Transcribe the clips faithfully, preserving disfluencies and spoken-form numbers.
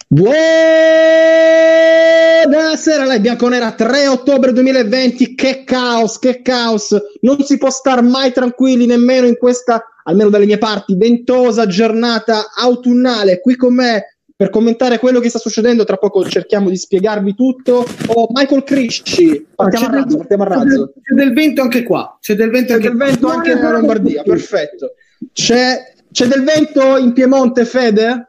Buonasera, live bianconera, tre ottobre duemilaventi. Che caos, che caos. Non si può star mai tranquilli nemmeno in questa, almeno dalle mie parti, ventosa giornata autunnale. Qui con me per commentare quello che sta succedendo, tra poco cerchiamo di spiegarvi tutto. Oh, Michael Crisci, partiamo a razzo, partiamo a razzo. C'è del vento anche qua, c'è del vento, c'è anche, del vento anche nella Lombardia, perfetto. C'è, c'è del vento in Piemonte, Fede?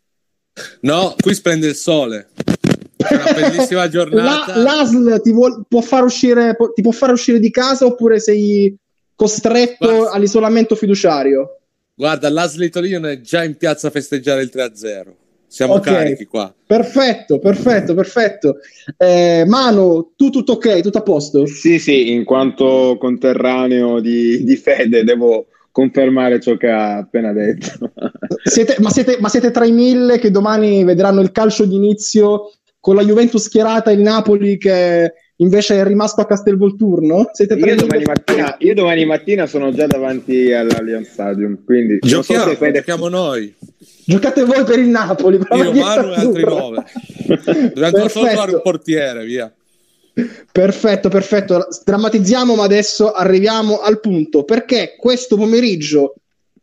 No, qui splende il sole. È una bellissima giornata. La, L'A S L ti, vuol, può far uscire, può, ti può far uscire di casa oppure sei costretto guarda, all'isolamento fiduciario? Guarda, l'A S L di Torino è già in piazza a festeggiare il tre a zero. Siamo okay. carichi qua. Perfetto, perfetto, perfetto. Eh, Manu, tu tutto ok? Tutto a posto? Sì, sì, in quanto conterraneo di, di Fede devo confermare ciò che ha appena detto. Siete, ma, siete, ma siete tra i mille che domani vedranno il calcio d'inizio con la Juventus schierata in Napoli che invece è rimasto a Castelvolturno? Siete tra io, domani mattina, io domani mattina sono già davanti all'Allianz Stadium, quindi giochiamo, so se Fede... giochiamo noi. Giocate voi per il Napoli. Io, Manu e altri nove. Dobbiamo ancora solo trovare un portiere, via. Perfetto, perfetto. Drammatizziamo, ma adesso arriviamo al punto, perché questo pomeriggio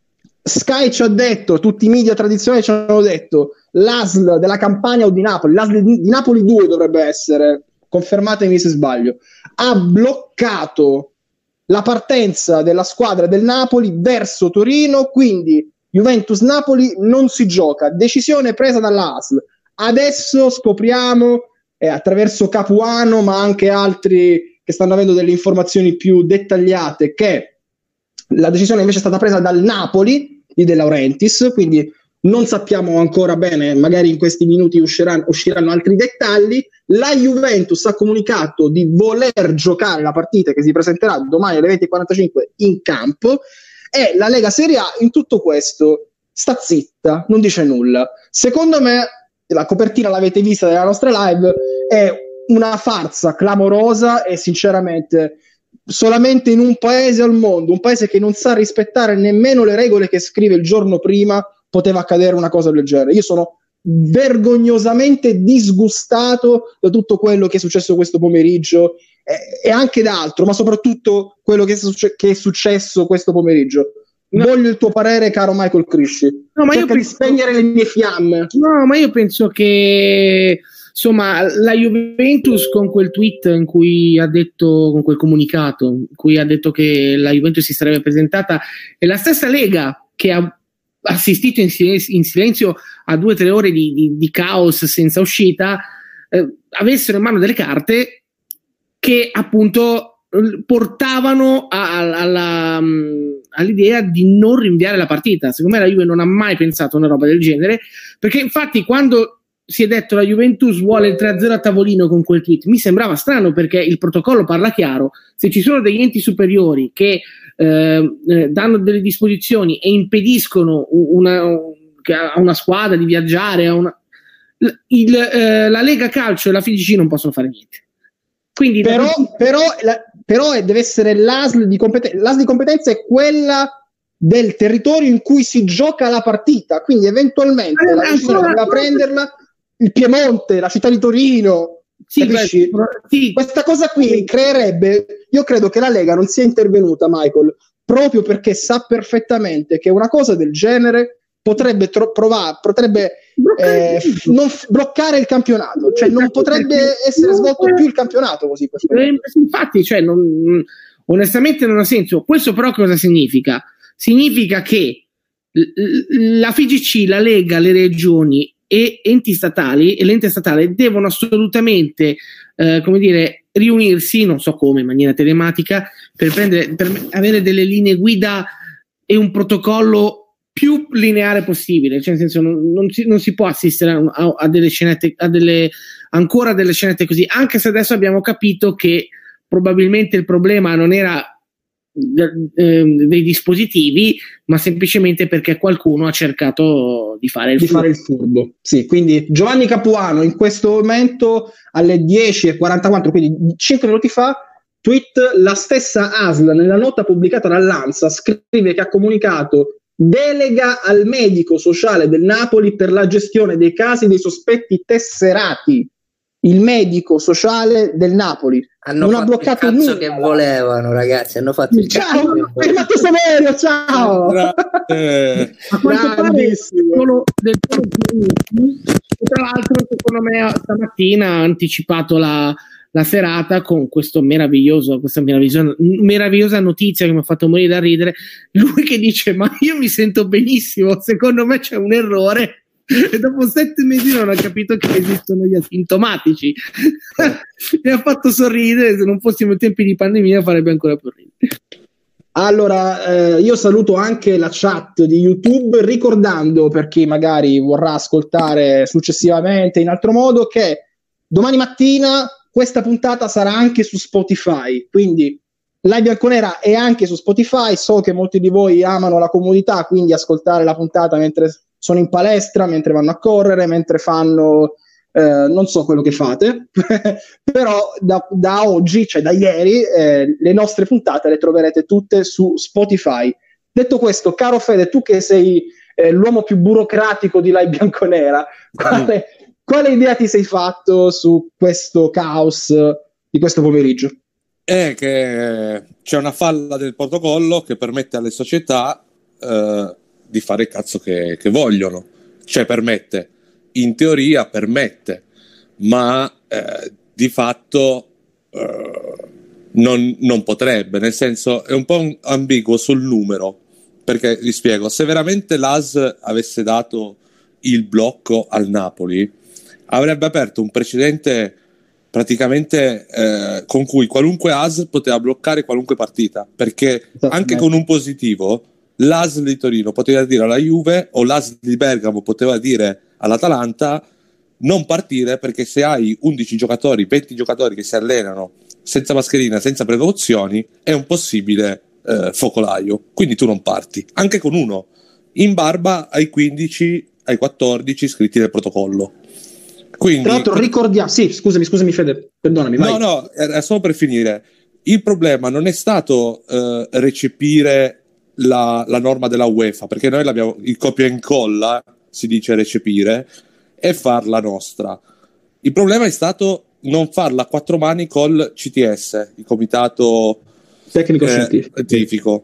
Sky ci ha detto, tutti i media tradizionali ci hanno detto, l'A S L della Campania o di Napoli, l'A S L di, di Napoli due dovrebbe essere, confermatemi se sbaglio, ha bloccato la partenza della squadra del Napoli verso Torino, quindi Juventus-Napoli non si gioca, decisione presa dalla A S L. Adesso scopriamo eh, attraverso Capuano, ma anche altri che stanno avendo delle informazioni più dettagliate, che la decisione invece è stata presa dal Napoli di De Laurentiis, quindi non sappiamo ancora bene, magari in questi minuti usciranno, usciranno altri dettagli. La Juventus ha comunicato di voler giocare la partita che si presenterà domani alle venti e quarantacinque in campo, e la Lega Serie A in tutto questo sta zitta, non dice nulla. Secondo me, la copertina l'avete vista della nostra live, è una farsa clamorosa e sinceramente solamente in un paese al mondo, un paese che non sa rispettare nemmeno le regole che scrive il giorno prima, poteva accadere una cosa del genere. Io sono vergognosamente disgustato da tutto quello che è successo questo pomeriggio e, e anche da altro, ma soprattutto quello che è, succe- che è successo questo pomeriggio. No. Voglio il tuo parere, caro Michael Crisci. No, ma Cerca io di penso... spegnere le mie fiamme. No, ma io penso che insomma la Juventus con quel tweet in cui ha detto, con quel comunicato in cui ha detto che la Juventus si sarebbe presentata, e la stessa Lega che ha assistito in silenzio, in silenzio a due o tre ore di, di, di caos senza uscita, eh, avessero in mano delle carte che appunto portavano a, a, alla, all'idea di non rinviare la partita. Secondo me la Juve non ha mai pensato a una roba del genere, perché infatti quando si è detto la Juventus vuole il tre a zero a tavolino con quel tweet, mi sembrava strano, perché il protocollo parla chiaro: se ci sono degli enti superiori che eh, eh, danno delle disposizioni e impediscono una, a una squadra di viaggiare, a una, il, eh, la Lega Calcio e la F I G C non possono fare niente. Quindi però, però, la, però deve essere l'A S L di competenza. L'A S L di competenza è quella del territorio in cui si gioca la partita, quindi eventualmente eh, la decisione doveva prenderla il Piemonte, la città di Torino. Sì, capisci? Beh, sì. Questa cosa qui creerebbe, io credo che la Lega non sia intervenuta, Michael, proprio perché sa perfettamente che una cosa del genere potrebbe tro- provare, potrebbe eh, f- non f- bloccare il campionato, cioè non potrebbe essere svolto più il campionato così. Eh, infatti, cioè, non, onestamente non ha senso. Questo però cosa significa? Significa che l- la F I G C, la Lega, le regioni e enti statali e l'ente statale devono assolutamente eh, come dire, riunirsi, non so come, in maniera telematica, per, prendere, per avere delle linee guida e un protocollo più lineare possibile, cioè nel senso non, non, si, non si può assistere a, a, a delle scenette, a delle, ancora delle scenette così, anche se adesso abbiamo capito che probabilmente il problema non era eh, dei dispositivi, ma semplicemente perché qualcuno ha cercato di fare il di furbo. fare il furbo. Sì, quindi Giovanni Capuano in questo momento alle dieci e quarantaquattro, quindi cinque minuti fa, tweet la stessa A S L nella nota pubblicata dall'ANSA, scrive che ha comunicato delega al medico sociale del Napoli per la gestione dei casi dei sospetti tesserati. Il medico sociale del Napoli hanno non fatto ha bloccato il cazzo nulla. che volevano, ragazzi, hanno fatto il Ciao, cazzo che volevano. Matto Saverio, ciao. Eh, A quanto pare Grandissimo. solo del solo Chiellini, e tra l'altro secondo me stamattina ha anticipato la, la serata con questo meraviglioso, questa meravigliosa, meravigliosa notizia che mi ha fatto morire da ridere. Lui che dice: ma io mi sento benissimo, secondo me c'è un errore. E dopo sette mesi non ha capito che esistono gli asintomatici. Mi ha fatto sorridere. Se non fossimo in tempi di pandemia farebbe ancora più ridere. Allora, eh, io saluto anche la chat di YouTube, ricordando per chi magari vorrà ascoltare successivamente in altro modo che domani mattina questa puntata sarà anche su Spotify, quindi Live Bianconera è anche su Spotify. So che molti di voi amano la comodità, quindi ascoltare la puntata mentre sono in palestra, mentre vanno a correre, mentre fanno eh, non so quello che fate, però da, da oggi, cioè da ieri, eh, le nostre puntate le troverete tutte su Spotify. Detto questo, caro Fede, tu che sei eh, l'uomo più burocratico di Live Bianconera, quale, quale idea ti sei fatto su questo caos di questo pomeriggio? È che c'è una falla del protocollo che permette alle società eh, di fare il cazzo che, che vogliono, cioè permette, in teoria permette, ma eh, di fatto eh, non, non potrebbe, nel senso è un po' ambiguo sul numero, perché vi spiego, se veramente l'A S avesse dato il blocco al Napoli avrebbe aperto un precedente praticamente eh, con cui qualunque A S poteva bloccare qualunque partita, perché anche con un positivo l'A S di Torino poteva dire alla Juve o l'A S di Bergamo poteva dire all'Atalanta non partire, perché se hai undici giocatori, venti giocatori che si allenano senza mascherina, senza precauzioni, è un possibile eh, focolaio, quindi tu non parti, anche con uno, in barba ai quindici, ai quattordici iscritti nel protocollo. Quindi, tra l'altro ricordiamo, sì, scusami, scusami Fede, perdonami, vai. No, no, era solo per finire. Il problema non è stato eh, recepire la, la norma della UEFA, perché noi l'abbiamo, il copia e incolla, si dice recepire, e farla nostra. Il problema è stato non farla a quattro mani col C T S, il comitato tecnico eh, scientifico. scientifico,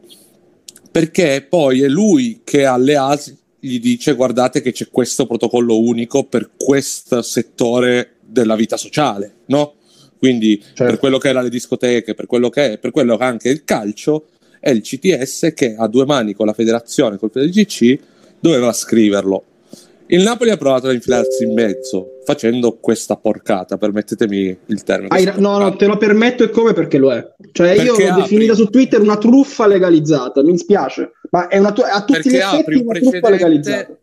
perché poi è lui che alle A S gli dice: guardate che c'è questo protocollo unico per questo settore della vita sociale, no? Quindi certo, per quello che era le discoteche, per quello che è, per quello che è anche il calcio, è il C T S che a due mani con la federazione, col F D G C, doveva scriverlo. Il Napoli ha provato ad infilarsi in mezzo facendo questa porcata, permettetemi il termine. Hai, no, no, te lo permetto, e come, perché lo è. Cioè perché io l'ho apri, definita su Twitter una truffa legalizzata, mi spiace, ma è una tu- a tutti gli effetti una truffa legalizzata.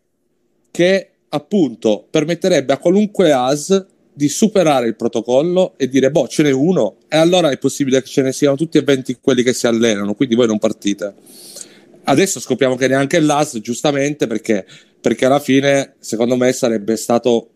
Che appunto permetterebbe a qualunque A S di superare il protocollo e dire: boh, ce n'è uno, e allora è possibile che ce ne siano tutti e venti quelli che si allenano, quindi voi non partite. Adesso scopriamo che neanche l'A S, giustamente, perché, perché alla fine secondo me sarebbe stato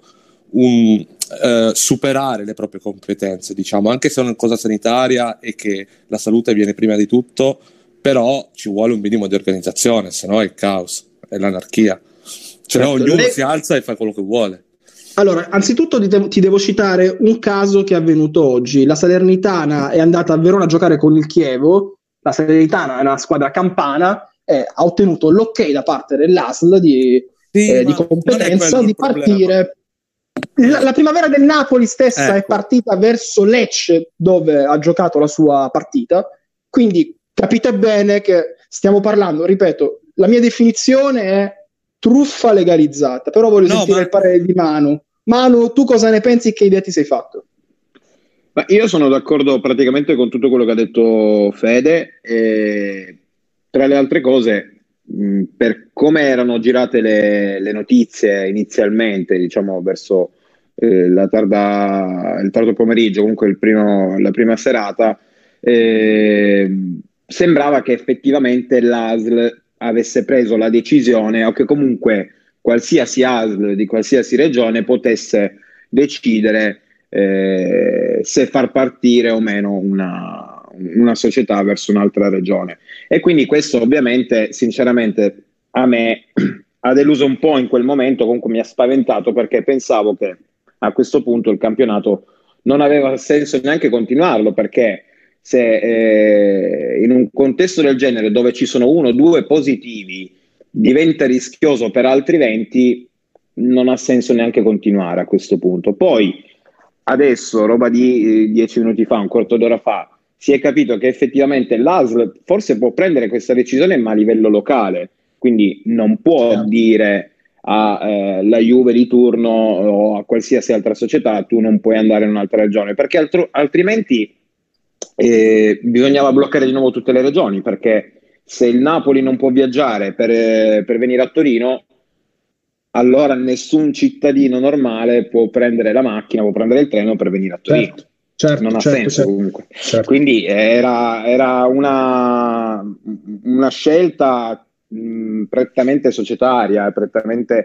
un eh, superare le proprie competenze, diciamo, anche se è una cosa sanitaria e che la salute viene prima di tutto, però ci vuole un minimo di organizzazione, se no è il caos, è l'anarchia, cioè certo, ognuno le... si alza e fa quello che vuole. Allora, anzitutto ti devo, ti devo citare un caso che è avvenuto oggi. La Salernitana è andata a Verona a giocare con il Chievo. La Salernitana è una squadra campana, eh, ha ottenuto l'ok da parte dell'A S L di, sì, eh, di competenza di partire. La, la primavera del Napoli stessa ecco. è partita verso Lecce, dove ha giocato la sua partita, quindi capite bene che stiamo parlando, ripeto, la mia definizione è truffa legalizzata, però voglio no, sentire ma... il parere di Manu. Manu, tu cosa ne pensi, che idea ti sei fatto? Ma io sono d'accordo praticamente con tutto quello che ha detto Fede, e tra le altre cose, mh, per come erano girate le, le notizie inizialmente, diciamo verso eh, la tarda, il tardo pomeriggio, comunque il primo, la prima serata, eh, sembrava che effettivamente l'A S L avesse preso la decisione, o che comunque qualsiasi A S L di qualsiasi regione potesse decidere eh, se far partire o meno una, una società verso un'altra regione. E quindi questo ovviamente, sinceramente, a me ha deluso un po' in quel momento, comunque mi ha spaventato perché pensavo che a questo punto il campionato non aveva senso neanche continuarlo, perché se eh, in un contesto del genere dove ci sono uno o due positivi diventa rischioso per altri venti, non ha senso neanche continuare a questo punto. Poi adesso, roba di eh, dieci minuti fa, un quarto d'ora fa, si è capito che effettivamente l'A S L forse può prendere questa decisione ma a livello locale, quindi non può yeah. dire alla eh, Juve di turno o a qualsiasi altra società tu non puoi andare in un'altra regione, perché altro, altrimenti eh, bisognava bloccare di nuovo tutte le regioni, perché se il Napoli non può viaggiare per, eh, per venire a Torino, allora nessun cittadino normale può prendere la macchina, può prendere il treno per venire a Torino. Certo, certo, non ha certo, senso certo, comunque. certo. Quindi era, era una, una scelta mh, prettamente societaria, prettamente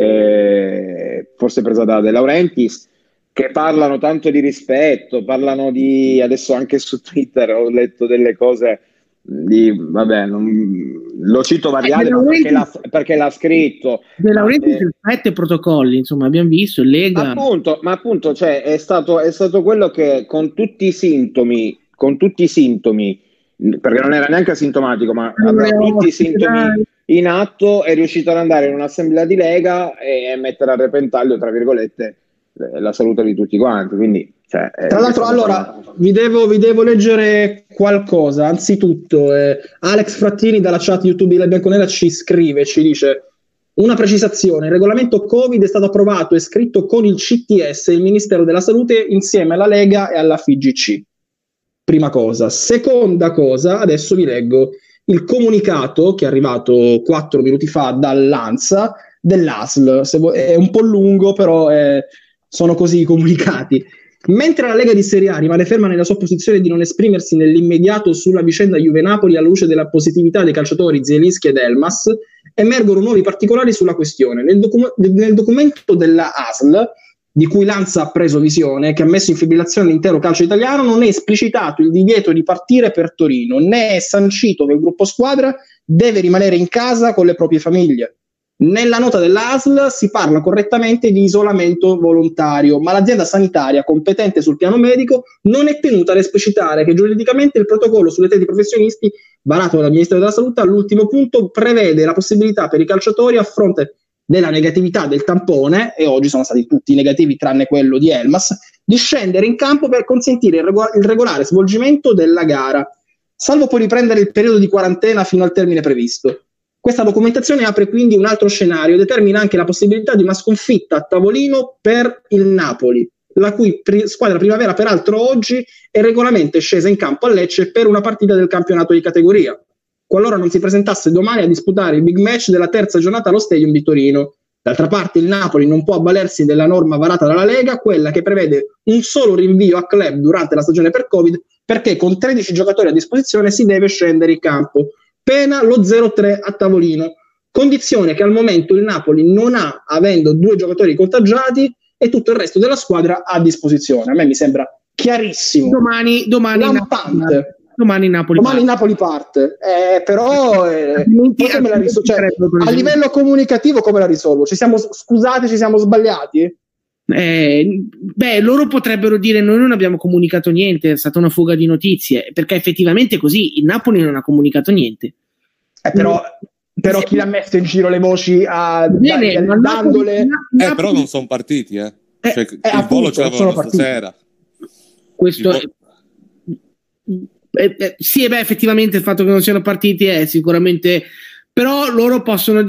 eh, forse presa da De Laurentiis, che parlano tanto di rispetto, parlano di, adesso anche su Twitter ho letto delle cose di, vabbè, non, lo cito variale, ma perché l'ha, perché l'ha scritto De Laurentiis rispetta i protocolli, insomma, abbiamo visto Lega, appunto, ma appunto, cioè, è stato, è stato quello che con tutti i sintomi, con tutti i sintomi, perché non era neanche asintomatico, ma aveva tutti i sintomi in atto, è riuscito ad andare in un'assemblea di Lega e mettere a repentaglio, tra virgolette, la salute di tutti quanti. Quindi, cioè, tra l'altro, allora vi devo, vi devo leggere qualcosa. Anzitutto, eh, Alex Frattini dalla chat YouTube della Bianconera ci scrive, ci dice: una precisazione, il regolamento Covid è stato approvato e scritto con il C T S, il Ministero della Salute, insieme alla Lega e alla F I G C. Prima cosa. Seconda cosa, adesso vi leggo il comunicato che è arrivato quattro minuti fa dall'ANSA dell'A S L. Se vo- è un po' lungo, però eh, sono così i comunicati. Mentre la Lega di Serie A rimane ferma nella sua posizione di non esprimersi nell'immediato sulla vicenda Juve-Napoli alla luce della positività dei calciatori Zielinski ed Elmas, emergono nuovi particolari sulla questione. Nel, docu- nel documento della A S L, di cui l'ANSA ha preso visione, che ha messo in fibrillazione l'intero calcio italiano, non è esplicitato il divieto di partire per Torino, né è sancito che il gruppo squadra deve rimanere in casa con le proprie famiglie. Nella nota dell'A S L si parla correttamente di isolamento volontario, ma l'azienda sanitaria competente sul piano medico non è tenuta ad esplicitare che giuridicamente il protocollo sulle tesi professionisti varato dal Ministero della Salute all'ultimo punto prevede la possibilità per i calciatori, a fronte della negatività del tampone, e oggi sono stati tutti negativi tranne quello di Elmas, di scendere in campo per consentire il, rego- il regolare svolgimento della gara, salvo poi riprendere il periodo di quarantena fino al termine previsto. Questa documentazione apre quindi un altro scenario e determina anche la possibilità di una sconfitta a tavolino per il Napoli, la cui pri- squadra primavera peraltro oggi è regolarmente scesa in campo a Lecce per una partita del campionato di categoria, qualora non si presentasse domani a disputare il big match della terza giornata allo Stadium di Torino. D'altra parte il Napoli non può avvalersi della norma varata dalla Lega, quella che prevede un solo rinvio a club durante la stagione per Covid, perché con tredici giocatori a disposizione si deve scendere in campo, pena lo zero tre a tavolino, condizione che al momento il Napoli non ha, avendo due giocatori contagiati e tutto il resto della squadra a disposizione. A me mi sembra chiarissimo, domani, domani lampante. Domani Napoli Domani parte. Napoli parte, eh, però eh, come la risol- cioè, a livello comunicativo come la risolvo? Ci siamo scusati, ci siamo sbagliati? Eh, beh, loro potrebbero dire noi non abbiamo comunicato niente, è stata una fuga di notizie, perché effettivamente è così, il Napoli non ha comunicato niente. Eh, però, però chi l'ha messo in giro le voci a, Bene, da, ma dandole... Napoli, eh, però non sono partiti, eh. eh, cioè, eh, il appunto, volo ce l'avevano partiti. stasera. Questo Il vo- Eh, eh, sì, e beh, effettivamente il fatto che non siano partiti è sicuramente, però loro possono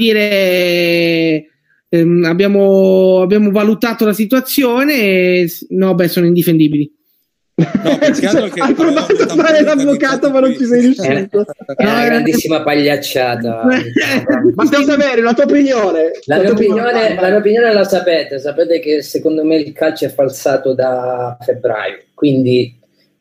dire ehm, abbiamo, abbiamo valutato la situazione e, no, beh, sono indifendibili. No, perché cioè, che hai provato a fare l'avvocato ma non ci sei riuscito. È una grandissima pagliacciata. Matteo Severi, la tua opinione? La, la mia tua opinione, opinione, la mia opinione la sapete, sapete che secondo me il calcio è falsato da febbraio, quindi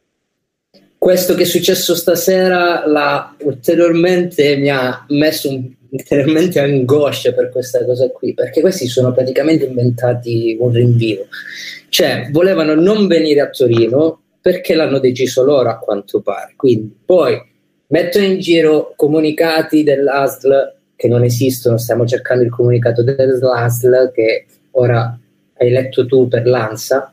questo che è successo stasera la, ulteriormente mi ha messo un, ulteriormente angoscia per questa cosa qui, perché questi sono praticamente inventati un rinvio, cioè volevano non venire a Torino perché l'hanno deciso loro a quanto pare, quindi poi mettono in giro comunicati dell'A S L che non esistono, stiamo cercando il comunicato dell'A S L che ora hai letto tu per l'ANSA,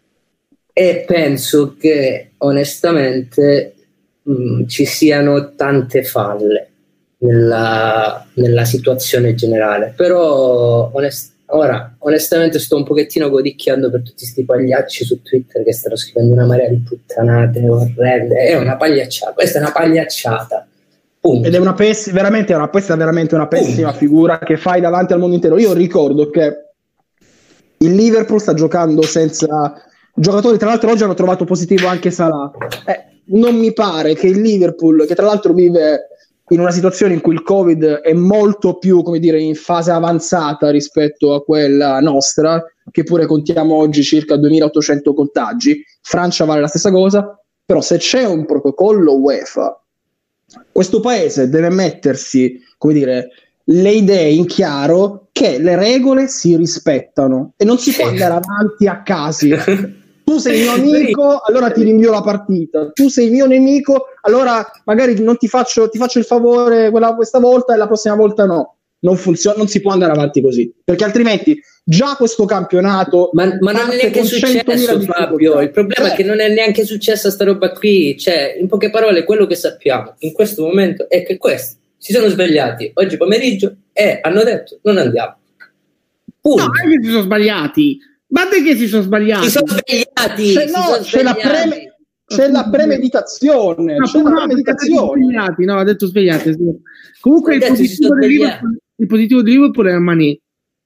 e penso che onestamente mh, ci siano tante falle nella, nella situazione generale, però onest- ora onestamente sto un pochettino godicchiando per tutti sti pagliacci su Twitter che stanno scrivendo una marea di puttanate orrende. È una pagliacciata, questa è una pagliacciata. Punto. Ed è una pessima, veramente, una, questa è veramente una pessima Punto. figura che fai davanti al mondo intero. Io ricordo che il Liverpool sta giocando senza giocatori, tra l'altro oggi hanno trovato positivo anche Salah. Eh, non mi pare che il Liverpool, che tra l'altro vive in una situazione in cui il Covid è molto più, come dire, in fase avanzata rispetto a quella nostra, che pure contiamo oggi circa duemilaottocento contagi, Francia vale la stessa cosa, però se c'è un protocollo UEFA, questo paese deve mettersi, come dire, le idee in chiaro che le regole si rispettano e non si può andare avanti a casi. Tu sei il mio amico, allora ti rinvio la partita. Tu sei il mio nemico, allora magari non ti faccio, ti faccio il favore quella, questa volta e la prossima volta no. Non funziona, non si può andare avanti così, perché altrimenti già questo campionato. Ma, ma non è neanche successo, Fabio. Il problema eh. è che non è neanche successa sta roba qui. Cioè, in poche parole, quello che sappiamo in questo momento è che questi si sono svegliati oggi pomeriggio e hanno detto non andiamo. Punto. No, non è che si sono sbagliati. Guarda che si sono sbagliati. Si sono svegliati. C'è, si no, sono c'è, svegliati. la preme- c'è la premeditazione. No, c'è no, la premeditazione. Svegliati, no, ha detto svegliati. Comunque il detto, positivo, del Liverpool, il positivo di Liverpool è Mané.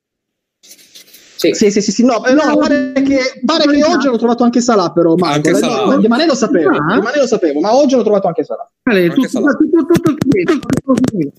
Sì, sì, sì, sì, sì. No, no, pare che, pare che oggi hanno trovato anche Salah, però anche Salah. Di Mané lo sapevo, Ah. di Mané lo sapevo, ma oggi hanno trovato anche Salah. Vale, Anche tutto, Salah. tutto, tutto, tutto, tutto, tutto.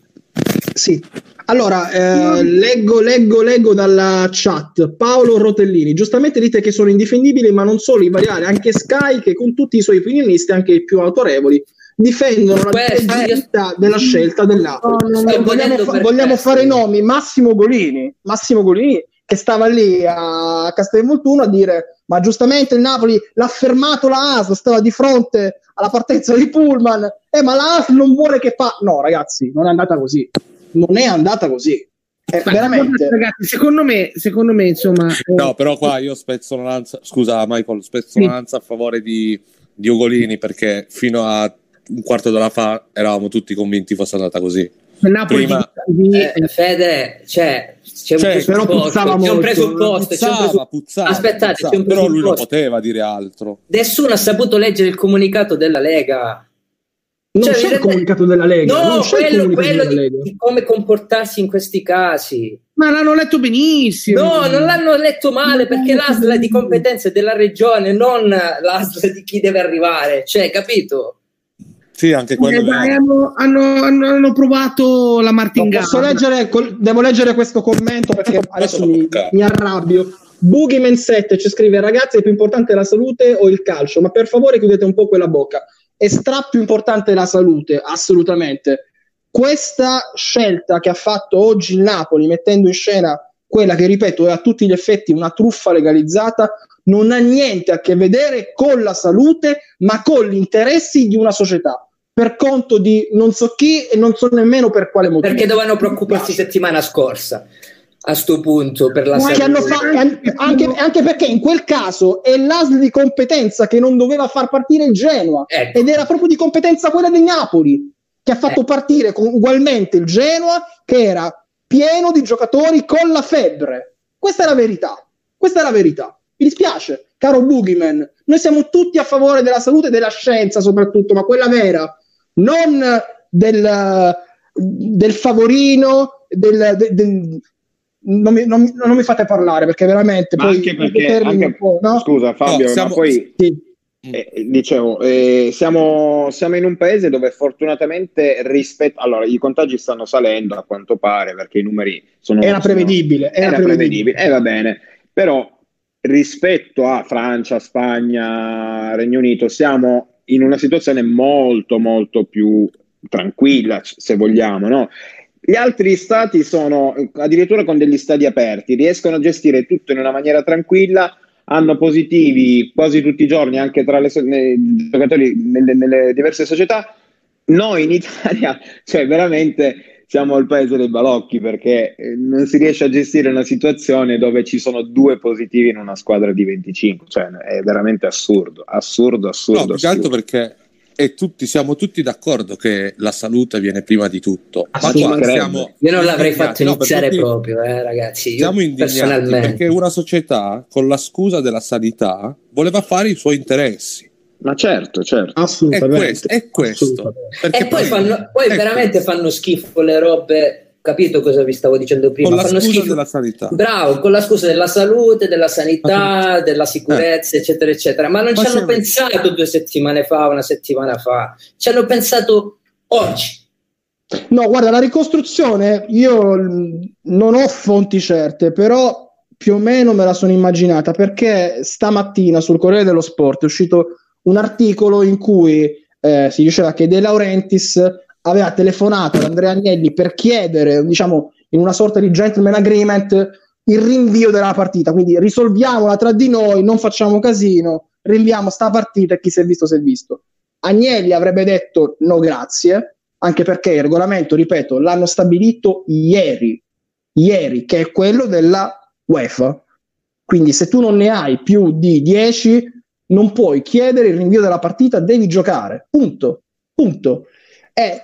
Sì. Allora, eh, leggo, leggo, leggo dalla chat. Paolo Rotellini, giustamente dite che sono indifendibili, ma non solo i variari, anche Sky, che con tutti i suoi opinionisti, anche i più autorevoli, difendono la legittimità della scelta del Napoli. No, no, Eh, vogliamo, fa- vogliamo fare i nomi. Massimo Golini, Massimo Golini che stava lì a Castelvolturno a dire ma giustamente il Napoli l'ha fermato la A S L, stava di fronte alla partenza di Pullman, eh, ma la A S L non vuole che fa. No ragazzi, non è andata così, non è andata così. Eh, Ma veramente. Ragazzi, secondo me, secondo me insomma... Eh, No, però qua io spezzo una lanza, scusa Michael, spezzo Sì. una lanza a favore di, di Ugolini, perché fino a un quarto d'ora fa eravamo tutti convinti fosse andata così. il Napoli Prima- di- Eh, Fede, cioè, c'è un Cioè, presupposto, però puzzava c'è un molto, presupposto, c'è un Puzzava, presupposto. puzzava, Aspettate, puzzava, c'è un però lui non presupposto. poteva dire altro. Nessuno ha saputo leggere il comunicato della Lega. Non Cioè, c'è mi il rende- comunicato della Lega, No, non c'è il quello, comunicato quello della di, Lega. di come comportarsi in questi casi. Ma l'hanno letto benissimo. No, non l'hanno letto male, perché l'A S L è di competenze della regione, non l'A S L di chi deve arrivare. Cioè, capito? Sì, anche Eh, quello dai, è... hanno, hanno, hanno, hanno provato la martingala. Posso leggere, col- devo leggere questo commento perché adesso mi, tocca. mi arrabbio. Boogeyman sette ci scrive: ragazzi, è più importante la salute o il calcio? Ma per favore chiudete un po' quella bocca. È stra più importante la salute, assolutamente. Questa scelta che ha fatto oggi il Napoli, mettendo in scena quella che, ripeto, è a tutti gli effetti una truffa legalizzata, non ha niente a che vedere con la salute, ma con gli interessi di una società, per conto di non so chi e non so nemmeno per quale motivo. Perché dovevano preoccuparsi settimana scorsa, a sto punto, per la Che salute. hanno fa- anche, anche, anche perché in quel caso è l'A S L di competenza che non doveva far partire il Genoa, Ecco. ed era proprio di competenza quella del Napoli, che ha fatto Eh. partire con- ugualmente il Genoa, che era pieno di giocatori con la febbre. Questa è la verità, questa è la verità. Mi dispiace, caro Boogeyman, noi siamo tutti a favore della salute e della scienza soprattutto, ma quella vera, non del, del favorino, del... del- del- non, mi, non, mi- non mi fate parlare perché veramente Ma poi anche perché, termini anche- un po', no? scusa Fabio, No, siamo- ma poi Sì. eh, dicevo, eh, siamo, siamo in un paese dove fortunatamente rispetto, allora i contagi stanno salendo a quanto pare perché i numeri sono Era sono- prevedibile, era era prevedibile. prevedibile, e va bene, però rispetto a Francia, Spagna, Regno Unito siamo in una situazione molto molto più tranquilla, se vogliamo, no? Gli altri stati sono addirittura con degli stadi aperti, riescono a gestire tutto in una maniera tranquilla, hanno positivi quasi tutti i giorni anche tra le so- nei giocatori nelle, nelle diverse società. Noi in Italia, cioè veramente siamo al paese dei balocchi, perché non si riesce a gestire una situazione dove ci sono due positivi in una squadra di venticinque, cioè è veramente assurdo, assurdo, assurdo. No, più che altro perché e tutti siamo tutti d'accordo che la salute viene prima di tutto. Ma qua siamo io non l'avrei fatto iniziare no, proprio, eh, ragazzi. Io siamo indignati perché una società con la scusa della sanità voleva fare i suoi interessi. Ma certo, certo. Assolutamente. È questo. È questo. E poi, fanno, poi veramente questo. fanno schifo le robe. Capito cosa vi stavo dicendo prima? Con la fanno scusa schifo. della sanità. Bravo, con la scusa della salute, della sanità, della sicurezza, eh. eccetera, eccetera. Ma non Ma ci hanno pensato due settimane fa, una settimana fa. Ci hanno pensato oggi. No, guarda, la ricostruzione, io non ho fonti certe, però più o meno me la sono immaginata, perché stamattina sul Corriere dello Sport è uscito un articolo in cui eh, si diceva che De Laurentiis aveva telefonato ad Andrea Agnelli per chiedere, diciamo, in una sorta di gentleman agreement, il rinvio della partita, quindi risolviamola tra di noi, non facciamo casino, rinviamo sta partita e chi si è visto si è visto. Agnelli avrebbe detto no grazie, anche perché il regolamento, ripeto, l'hanno stabilito ieri, ieri, che è quello della UEFA. Quindi se tu non ne hai più di dieci, non puoi chiedere il rinvio della partita, devi giocare. Punto. Punto. E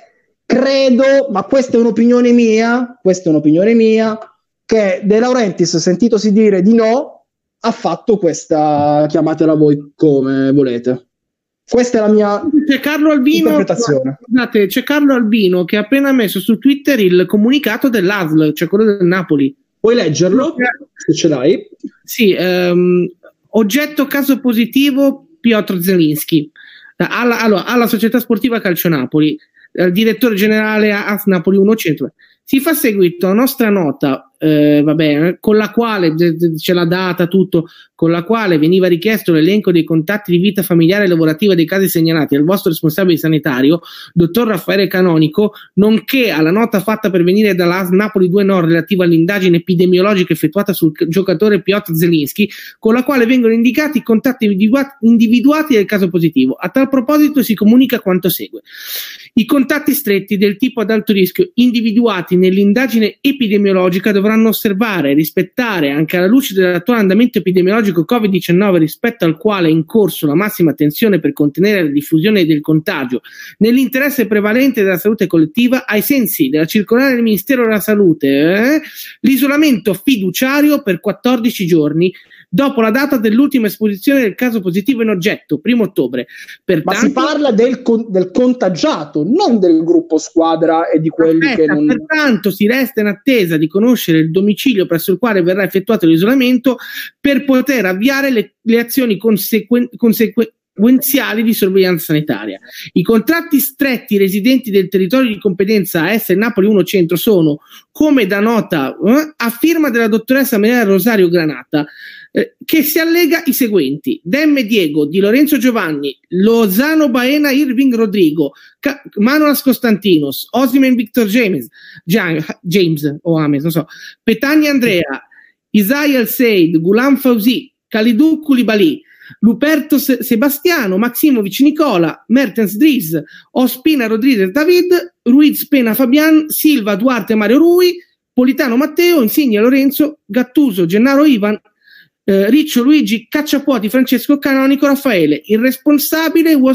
credo, ma questa è un'opinione mia, questa è un'opinione mia, che De Laurentiis, sentitosi dire di no, ha fatto questa, chiamatela voi come volete. Questa è la mia c'è Carlo Albino, interpretazione. Scusate, c'è Carlo Albino che ha appena messo su Twitter il comunicato dell'A S L, cioè quello del Napoli. Puoi leggerlo, se ce l'hai? Sì, ehm, oggetto caso positivo Piotr Zelinski. Alla, allora, alla società sportiva Calcio Napoli, eh, direttore generale A S Napoli uno Centro. Si fa seguito a nostra nota, eh, vabbè, con la quale c'è la data, tutto, con la quale veniva richiesto l'elenco dei contatti di vita familiare e lavorativa dei casi segnalati al vostro responsabile sanitario, dottor Raffaele Canonico, nonché alla nota fatta pervenire dalla A S Napoli due Nord relativa all'indagine epidemiologica effettuata sul giocatore Piotr Zelinski, con la quale vengono indicati i contatti individuati del caso positivo. A tal proposito si comunica quanto segue. I contatti stretti del tipo ad alto rischio individuati nell'indagine epidemiologica dovranno osservare e rispettare, anche alla luce dell'attuale andamento epidemiologico covid diciannove, rispetto al quale è in corso la massima attenzione per contenere la diffusione del contagio, nell'interesse prevalente della salute collettiva, ai sensi della circolare del Ministero della Salute, eh, l'isolamento fiduciario per quattordici giorni dopo la data dell'ultima esposizione del caso positivo in oggetto, primo ottobre. Pertanto, ma si parla del, con- del contagiato, non del gruppo squadra e di quelli aspetta, che non... Pertanto si resta in attesa di conoscere il domicilio presso il quale verrà effettuato l'isolamento per poter avviare le, le azioni consequen- conseguenziali di sorveglianza sanitaria. I contratti stretti residenti del territorio di competenza A S Napoli uno Centro sono, come da nota, eh, a firma della dottoressa Maria Rosario Granata, eh, che si allega i seguenti: Demme Diego, Di Lorenzo Giovanni, Lozano Baena Irving Rodrigo, Ca- Manolas Constantinos, Osimhen Victor James, Gian- James o Ames, non so, Petagna Andrea, Isaiah El Seid, Gulam Fauzi, Kalidou Koulibaly, Luperto Se- Sebastiano, Maximovic Nicola, Mertens Dries, Ospina Rodriguez David, Ruiz Pena Fabian, Silva Duarte Mario Rui, Politano Matteo, Insigne Lorenzo, Gattuso Gennaro Ivan, eh, Riccio Luigi Cacciapuoti Francesco Canonico Raffaele, il responsabile U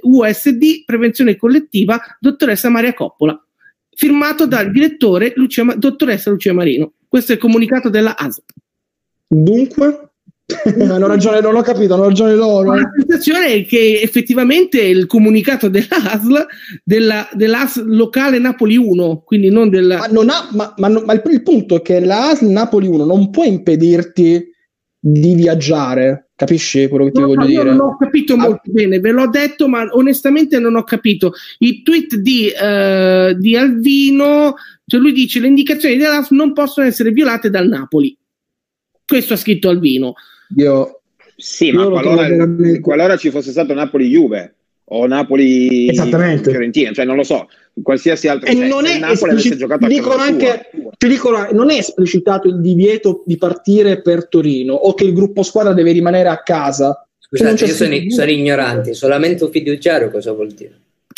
S D Prevenzione Collettiva dottoressa Maria Coppola, firmato dal direttore Lucia, dottoressa Lucia Marino. Questo è il comunicato della A S L. Dunque? hanno ragione, non ho capito, hanno ragione loro. La sensazione è che effettivamente il comunicato dell'A S L, della, dell'A S L locale Napoli uno, quindi non della... Ma, non ha, ma, ma, ma il, il punto è che la A S L Napoli uno non può impedirti di viaggiare, capisci quello che ti no, voglio no, dire? Non ho capito molto ah. bene, ve l'ho detto, ma onestamente non ho capito. Il tweet di, uh, di Alvino, cioè lui dice le indicazioni dell'A S L non possono essere violate dal Napoli. Questo ha scritto Alvino. Io, sì, io ma qualora, veramente... qualora ci fosse stato Napoli-Juve o Napoli-Fiorentina, cioè non lo so, qualsiasi altro, e non è Napoli avesse giocato a dicono anche, ti dicono, non è esplicitato il divieto di partire per Torino o che il gruppo squadra deve rimanere a casa. Scusate, io sono, sono ignorante, solamente un fiduciario cosa vuol dire?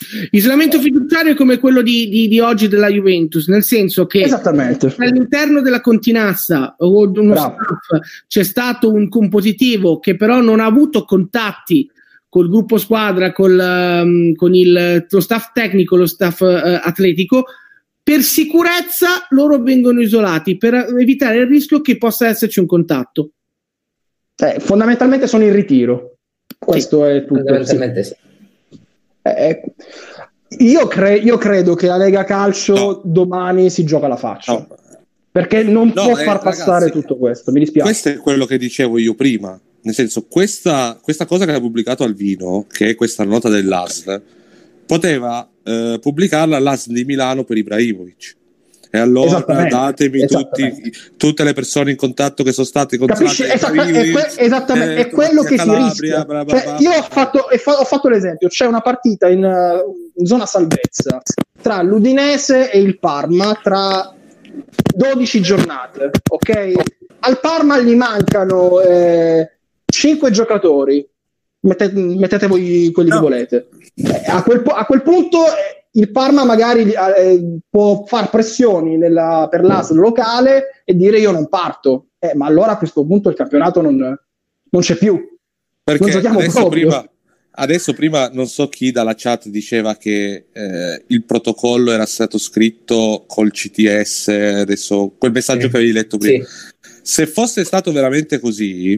Isolamento fiduciario è come quello di, di, di oggi della Juventus, nel senso che all'interno della continassa o uno staff c'è stato un compositivo che però non ha avuto contatti col gruppo squadra, col, um, con il, lo staff tecnico, lo staff uh, atletico. Per sicurezza loro vengono isolati per evitare il rischio che possa esserci un contatto. Eh, fondamentalmente sono in ritiro. Questo sì, è tutto. Fondamentalmente sì. sì. Eh, io, cre- io credo che la Lega Calcio no. domani si gioca la faccia. No. Perché non no, può eh, far ragazzi, passare tutto questo. Mi dispiace. Questo è quello che dicevo io prima. Nel senso, questa, questa cosa che ha pubblicato Alvino, che è questa nota dell'A S L, poteva eh, pubblicarla l'A S L di Milano per Ibrahimovic. E allora datemi tutti, tutte le persone in contatto che sono state con Capisci? Esatta, è, que- esattamente, eh, è quello che Calabria, si rischia. Bla bla bla, cioè, io ho fatto, ho fatto l'esempio, c'è una partita in, uh, in zona salvezza tra l'Udinese e il Parma tra dodici giornate, ok? Al Parma gli mancano eh, cinque giocatori, mettete, mettete voi quelli no. che volete. Eh, a, quel, a quel punto eh, il Parma magari eh, può far pressioni nella, per l'A S L locale e dire io non parto, eh, ma allora a questo punto il campionato non, non c'è più. Perché non adesso prima, adesso prima non so chi dalla chat diceva che eh, il protocollo era stato scritto col C T S, adesso quel messaggio sì. che avevi letto prima. Sì. Se fosse stato veramente così,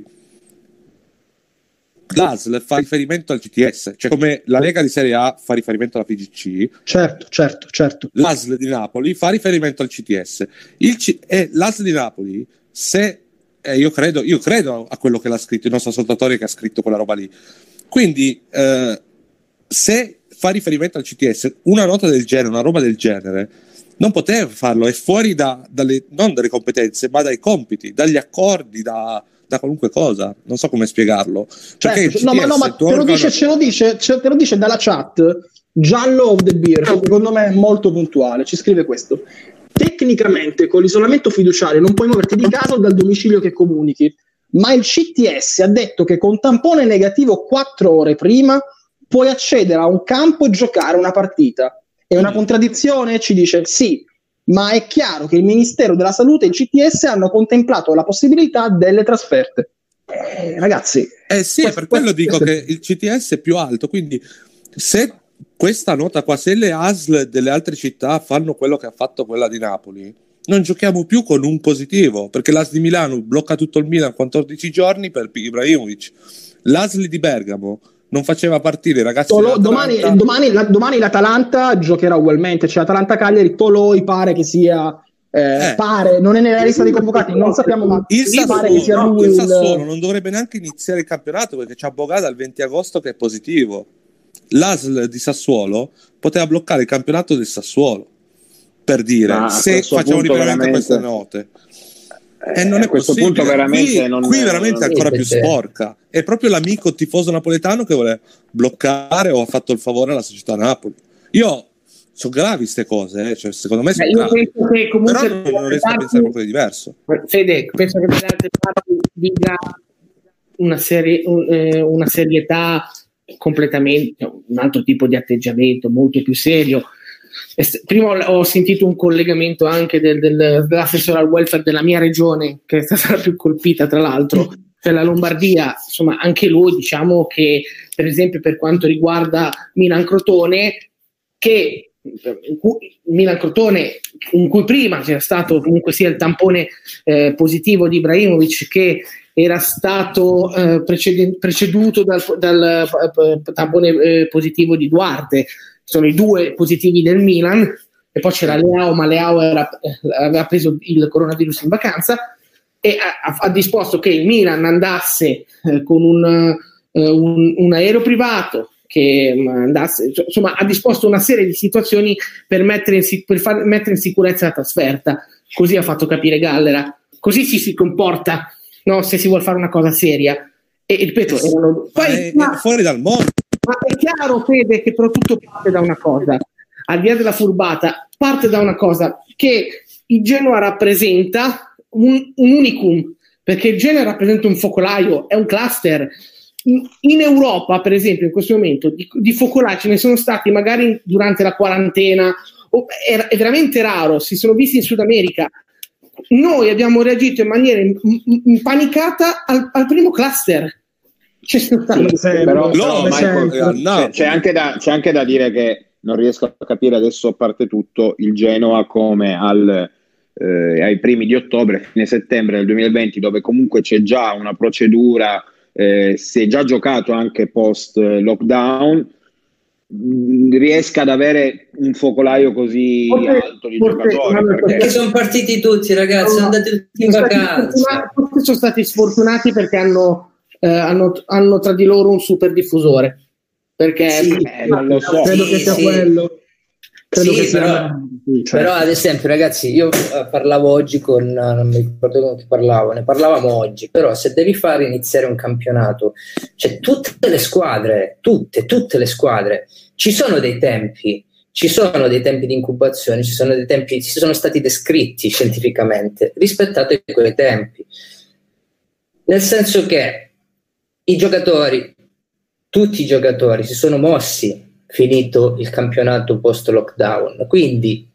l'A S L fa riferimento al C T S, cioè come la Lega di Serie A fa riferimento alla F I G C, certo, certo, certo. l'A S L di Napoli fa riferimento al C T S. Il C- e l'A S L di Napoli, se eh, io credo, io credo a quello che l'ha scritto il nostro ascoltatore che ha scritto quella roba lì. Quindi, eh, se fa riferimento al C T S, una nota del genere, una roba del genere, non poteva farlo, è fuori da, dalle, non dalle competenze, ma dai compiti, dagli accordi, da, da qualunque cosa. Non so come spiegarlo. Certo, no, ma, no, ma te, lo dice, ce lo dice, ce, te lo dice dalla chat Giallo of the Beer, secondo me è molto puntuale, ci scrive questo. Tecnicamente con l'isolamento fiduciario non puoi muoverti di casa o dal domicilio che comunichi, ma il C T S ha detto che con tampone negativo quattro ore prima puoi accedere a un campo e giocare una partita. È una contraddizione? Ci dice sì, ma è chiaro che il Ministero della Salute e il C T S hanno contemplato la possibilità delle trasferte. Eh, ragazzi, eh sì, questo, per quello dico questo... che il C T S è più alto, quindi se questa nota qua, se le A S L delle altre città fanno quello che ha fatto quella di Napoli, non giochiamo più con un positivo, perché l'A S L di Milano blocca tutto il Milan quattordici giorni per Ibrahimovic, l'A S L di Bergamo non faceva partire i ragazzi. Tolo, domani, domani, la, domani l'Atalanta giocherà ugualmente, cioè Atalanta-Cagliari, Toloi pare che sia eh, eh. pare, non è nella lista dei convocati, non sappiamo, ma il Sassuolo, pare che sia no, il Sassuolo non dovrebbe neanche iniziare il campionato perché c'ha Bogada il venti agosto che è positivo. L'A S L di Sassuolo poteva bloccare il campionato del Sassuolo, per dire, ah, se facciamo riferimento veramente... a queste note. E non è a questo possibile. Punto veramente qui, non, qui veramente è ancora più sporca. È proprio l'amico tifoso napoletano che vuole bloccare o ha fatto il favore alla società Napoli. Io sono gravi queste cose, eh. Cioè, secondo me sono gravi. Che comunque però non, non riesco a pensare qualcosa di diverso. Fede, penso che dalle altre parti dica una, serie, un, eh, una serietà completamente, un altro tipo di atteggiamento molto più serio. Prima ho sentito un collegamento anche del, del, dell'assessore al welfare della mia regione, che è stata la più colpita tra l'altro, cioè la Lombardia. Insomma, anche lui, diciamo che per esempio per quanto riguarda Milan Crotone, che in cui, Milan Crotone in cui prima c'era stato comunque sia il tampone eh, positivo di Ibrahimovic, che era stato eh, precede, preceduto dal, dal eh, tampone eh, positivo di Duarte. Sono i due positivi del Milan, e poi c'era Leao, ma Leao era, aveva preso il coronavirus in vacanza e ha, ha disposto che il Milan andasse eh, con un, eh, un, un aereo privato, che andasse, insomma ha disposto una serie di situazioni per mettere in, per far mettere in sicurezza la trasferta. Così ha fatto capire Gallera, così ci si comporta, no? Se si vuole fare una cosa seria. E ripeto, erano, poi, è, ma, è fuori dal mondo. Ma è chiaro, Fede, che però tutto parte da una cosa, al di là della furbata, parte da una cosa, che il Genoa rappresenta un, un unicum, perché il Genoa rappresenta un focolaio, è un cluster. in Europa, per esempio, in questo momento di, di focolai ce ne sono stati magari durante la quarantena, o, è, è veramente raro, si sono visti in Sud America. Noi abbiamo reagito in maniera impanicata al, al primo cluster. C'è, sì, però, no, Michael, c'è, c'è, anche da, c'è anche da dire che non riesco a capire adesso, a parte tutto, il Genoa come al, eh, ai primi di ottobre, fine settembre del duemilaventi, dove comunque c'è già una procedura, eh, si è già giocato anche post lockdown, riesca ad avere un focolaio così forse, alto di forse, giocatori, perché... perché sono partiti tutti, ragazzi, sono andati tutti in vacanza. Forse sono stati sfortunati perché hanno, eh, hanno, hanno tra di loro un super diffusore, perché sì, eh, non lo so, credo sì, che sia sì. quello. Credo sì, che sia però, cioè. Però ad esempio, ragazzi, io parlavo oggi con, non mi ricordo con chi parlavo, ne parlavamo oggi, però se devi fare iniziare un campionato, cioè tutte le squadre, tutte, tutte le squadre, ci sono dei tempi, ci sono dei tempi di incubazione, ci sono dei tempi, ci sono stati descritti scientificamente, rispettate quei tempi, nel senso che i giocatori, tutti i giocatori si sono mossi finito il campionato post lockdown, quindi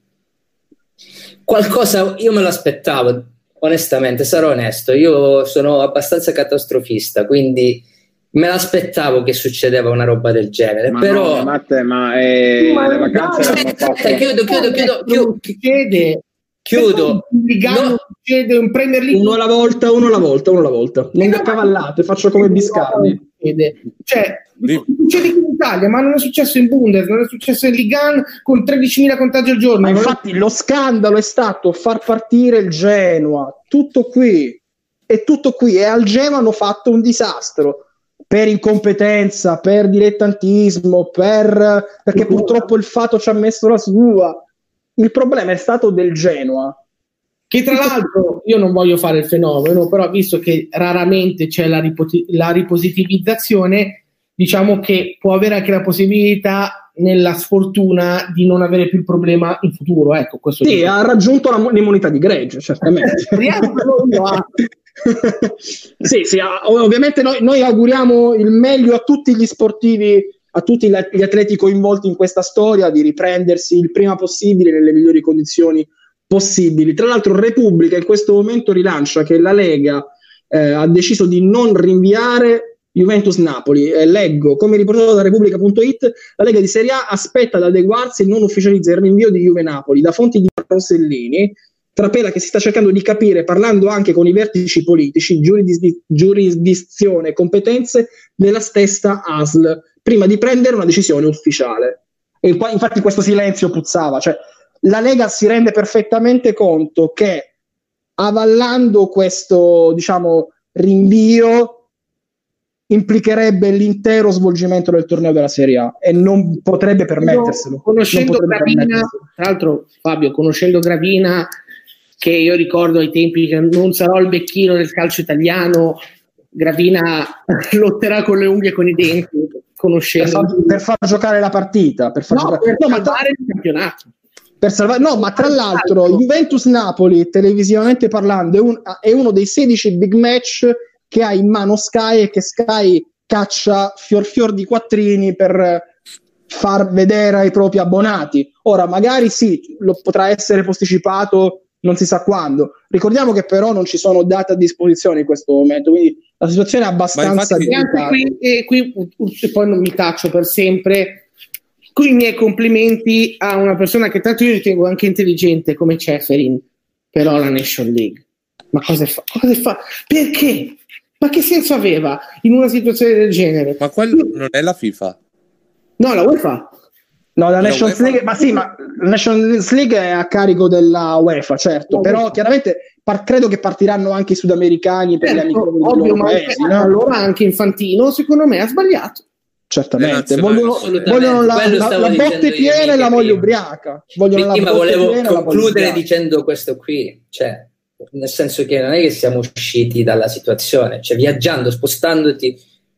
qualcosa io me lo aspettavo, onestamente, sarò onesto, io sono abbastanza catastrofista, quindi me l'aspettavo che succedeva una roba del genere, ma però no, Matte, ma eh, ma le vacanze no, aspetta, fatto... chiudo chiudo chiudo chiudo chiudo, chiudo. No. Succede un Premier League uno alla volta, uno alla volta, uno alla volta, non accavallate, faccio come Biscardi. Cioè, succede in Italia, ma non è successo in Bundes, non è successo in Ligue uno con tredicimila contagi al giorno. Ma infatti è... lo scandalo è stato far partire il Genoa, tutto qui, e tutto qui, e al Genoa hanno fatto un disastro per incompetenza, per dilettantismo, per perché purtroppo il Fato ci ha messo la sua. Il problema è stato del Genoa. Che tra l'altro io non voglio fare il fenomeno, però visto che raramente c'è la, ripoti- la ripositivizzazione, diciamo che può avere anche la possibilità, nella sfortuna, di non avere più il problema in futuro. Ecco, questo sì, ha raggiunto la, l'immunità di gregge, certamente. sì, sì, ovviamente noi, noi auguriamo il meglio a tutti gli sportivi, a tutti gli atleti coinvolti in questa storia, di riprendersi il prima possibile nelle migliori condizioni possibili. Tra l'altro Repubblica in questo momento rilancia che la Lega eh, ha deciso di non rinviare Juventus-Napoli. Eh, leggo, come riportato da Repubblica punto it, la Lega di Serie A aspetta ad adeguarsi e non ufficializza il rinvio di Juve-Napoli. Da fonti di Rossellini trapela che si sta cercando di capire, parlando anche con i vertici politici, giurisdi- giurisdizione e competenze della stessa A S L, prima di prendere una decisione ufficiale. E qua, infatti questo silenzio puzzava, cioè la Lega si rende perfettamente conto che avallando questo, diciamo, rinvio implicherebbe l'intero svolgimento del torneo della Serie A e non potrebbe permetterselo. Conoscendo potrebbe Gravina, permetterselo. Tra l'altro, Fabio, conoscendo Gravina, che io ricordo ai tempi che non sarò il becchino del calcio italiano, Gravina lotterà con le unghie e con i denti, conoscendo per far, per far giocare la partita, per far no, giocare per salvare il campionato. Per salvare, no, ma tra l'altro Juventus-Napoli, televisivamente parlando, è, un, è uno dei sedici big match che ha in mano Sky e che Sky caccia fior fior di quattrini per far vedere ai propri abbonati. Ora, magari sì, lo potrà essere posticipato non si sa quando. Ricordiamo che però non ci sono date a disposizione in questo momento, quindi la situazione è abbastanza delicata. Qui, e qui e poi non mi taccio per sempre. Qui i miei complimenti a una persona che tanto io ritengo anche intelligente come Ceferin, però la Nation League. Ma cosa fa? Cosa fa? Perché? Ma che senso aveva in una situazione del genere? Ma quello non è la FIFA? No, la UEFA. No, la Nations League, ma sì, ma la Nations League è a carico della UEFA, certo, no, però chiaramente par- credo che partiranno anche i sudamericani per certo, gli amici ovvio, ma paesi, anche, no? Allora anche Infantino secondo me ha sbagliato. Certamente, vogliono, vogliono la, la, la botte piena e la moglie ubriaca. Vogliono prima la volevo concludere dicendo questo qui, cioè, nel senso che non è che siamo usciti dalla situazione, cioè viaggiando, spostandoti,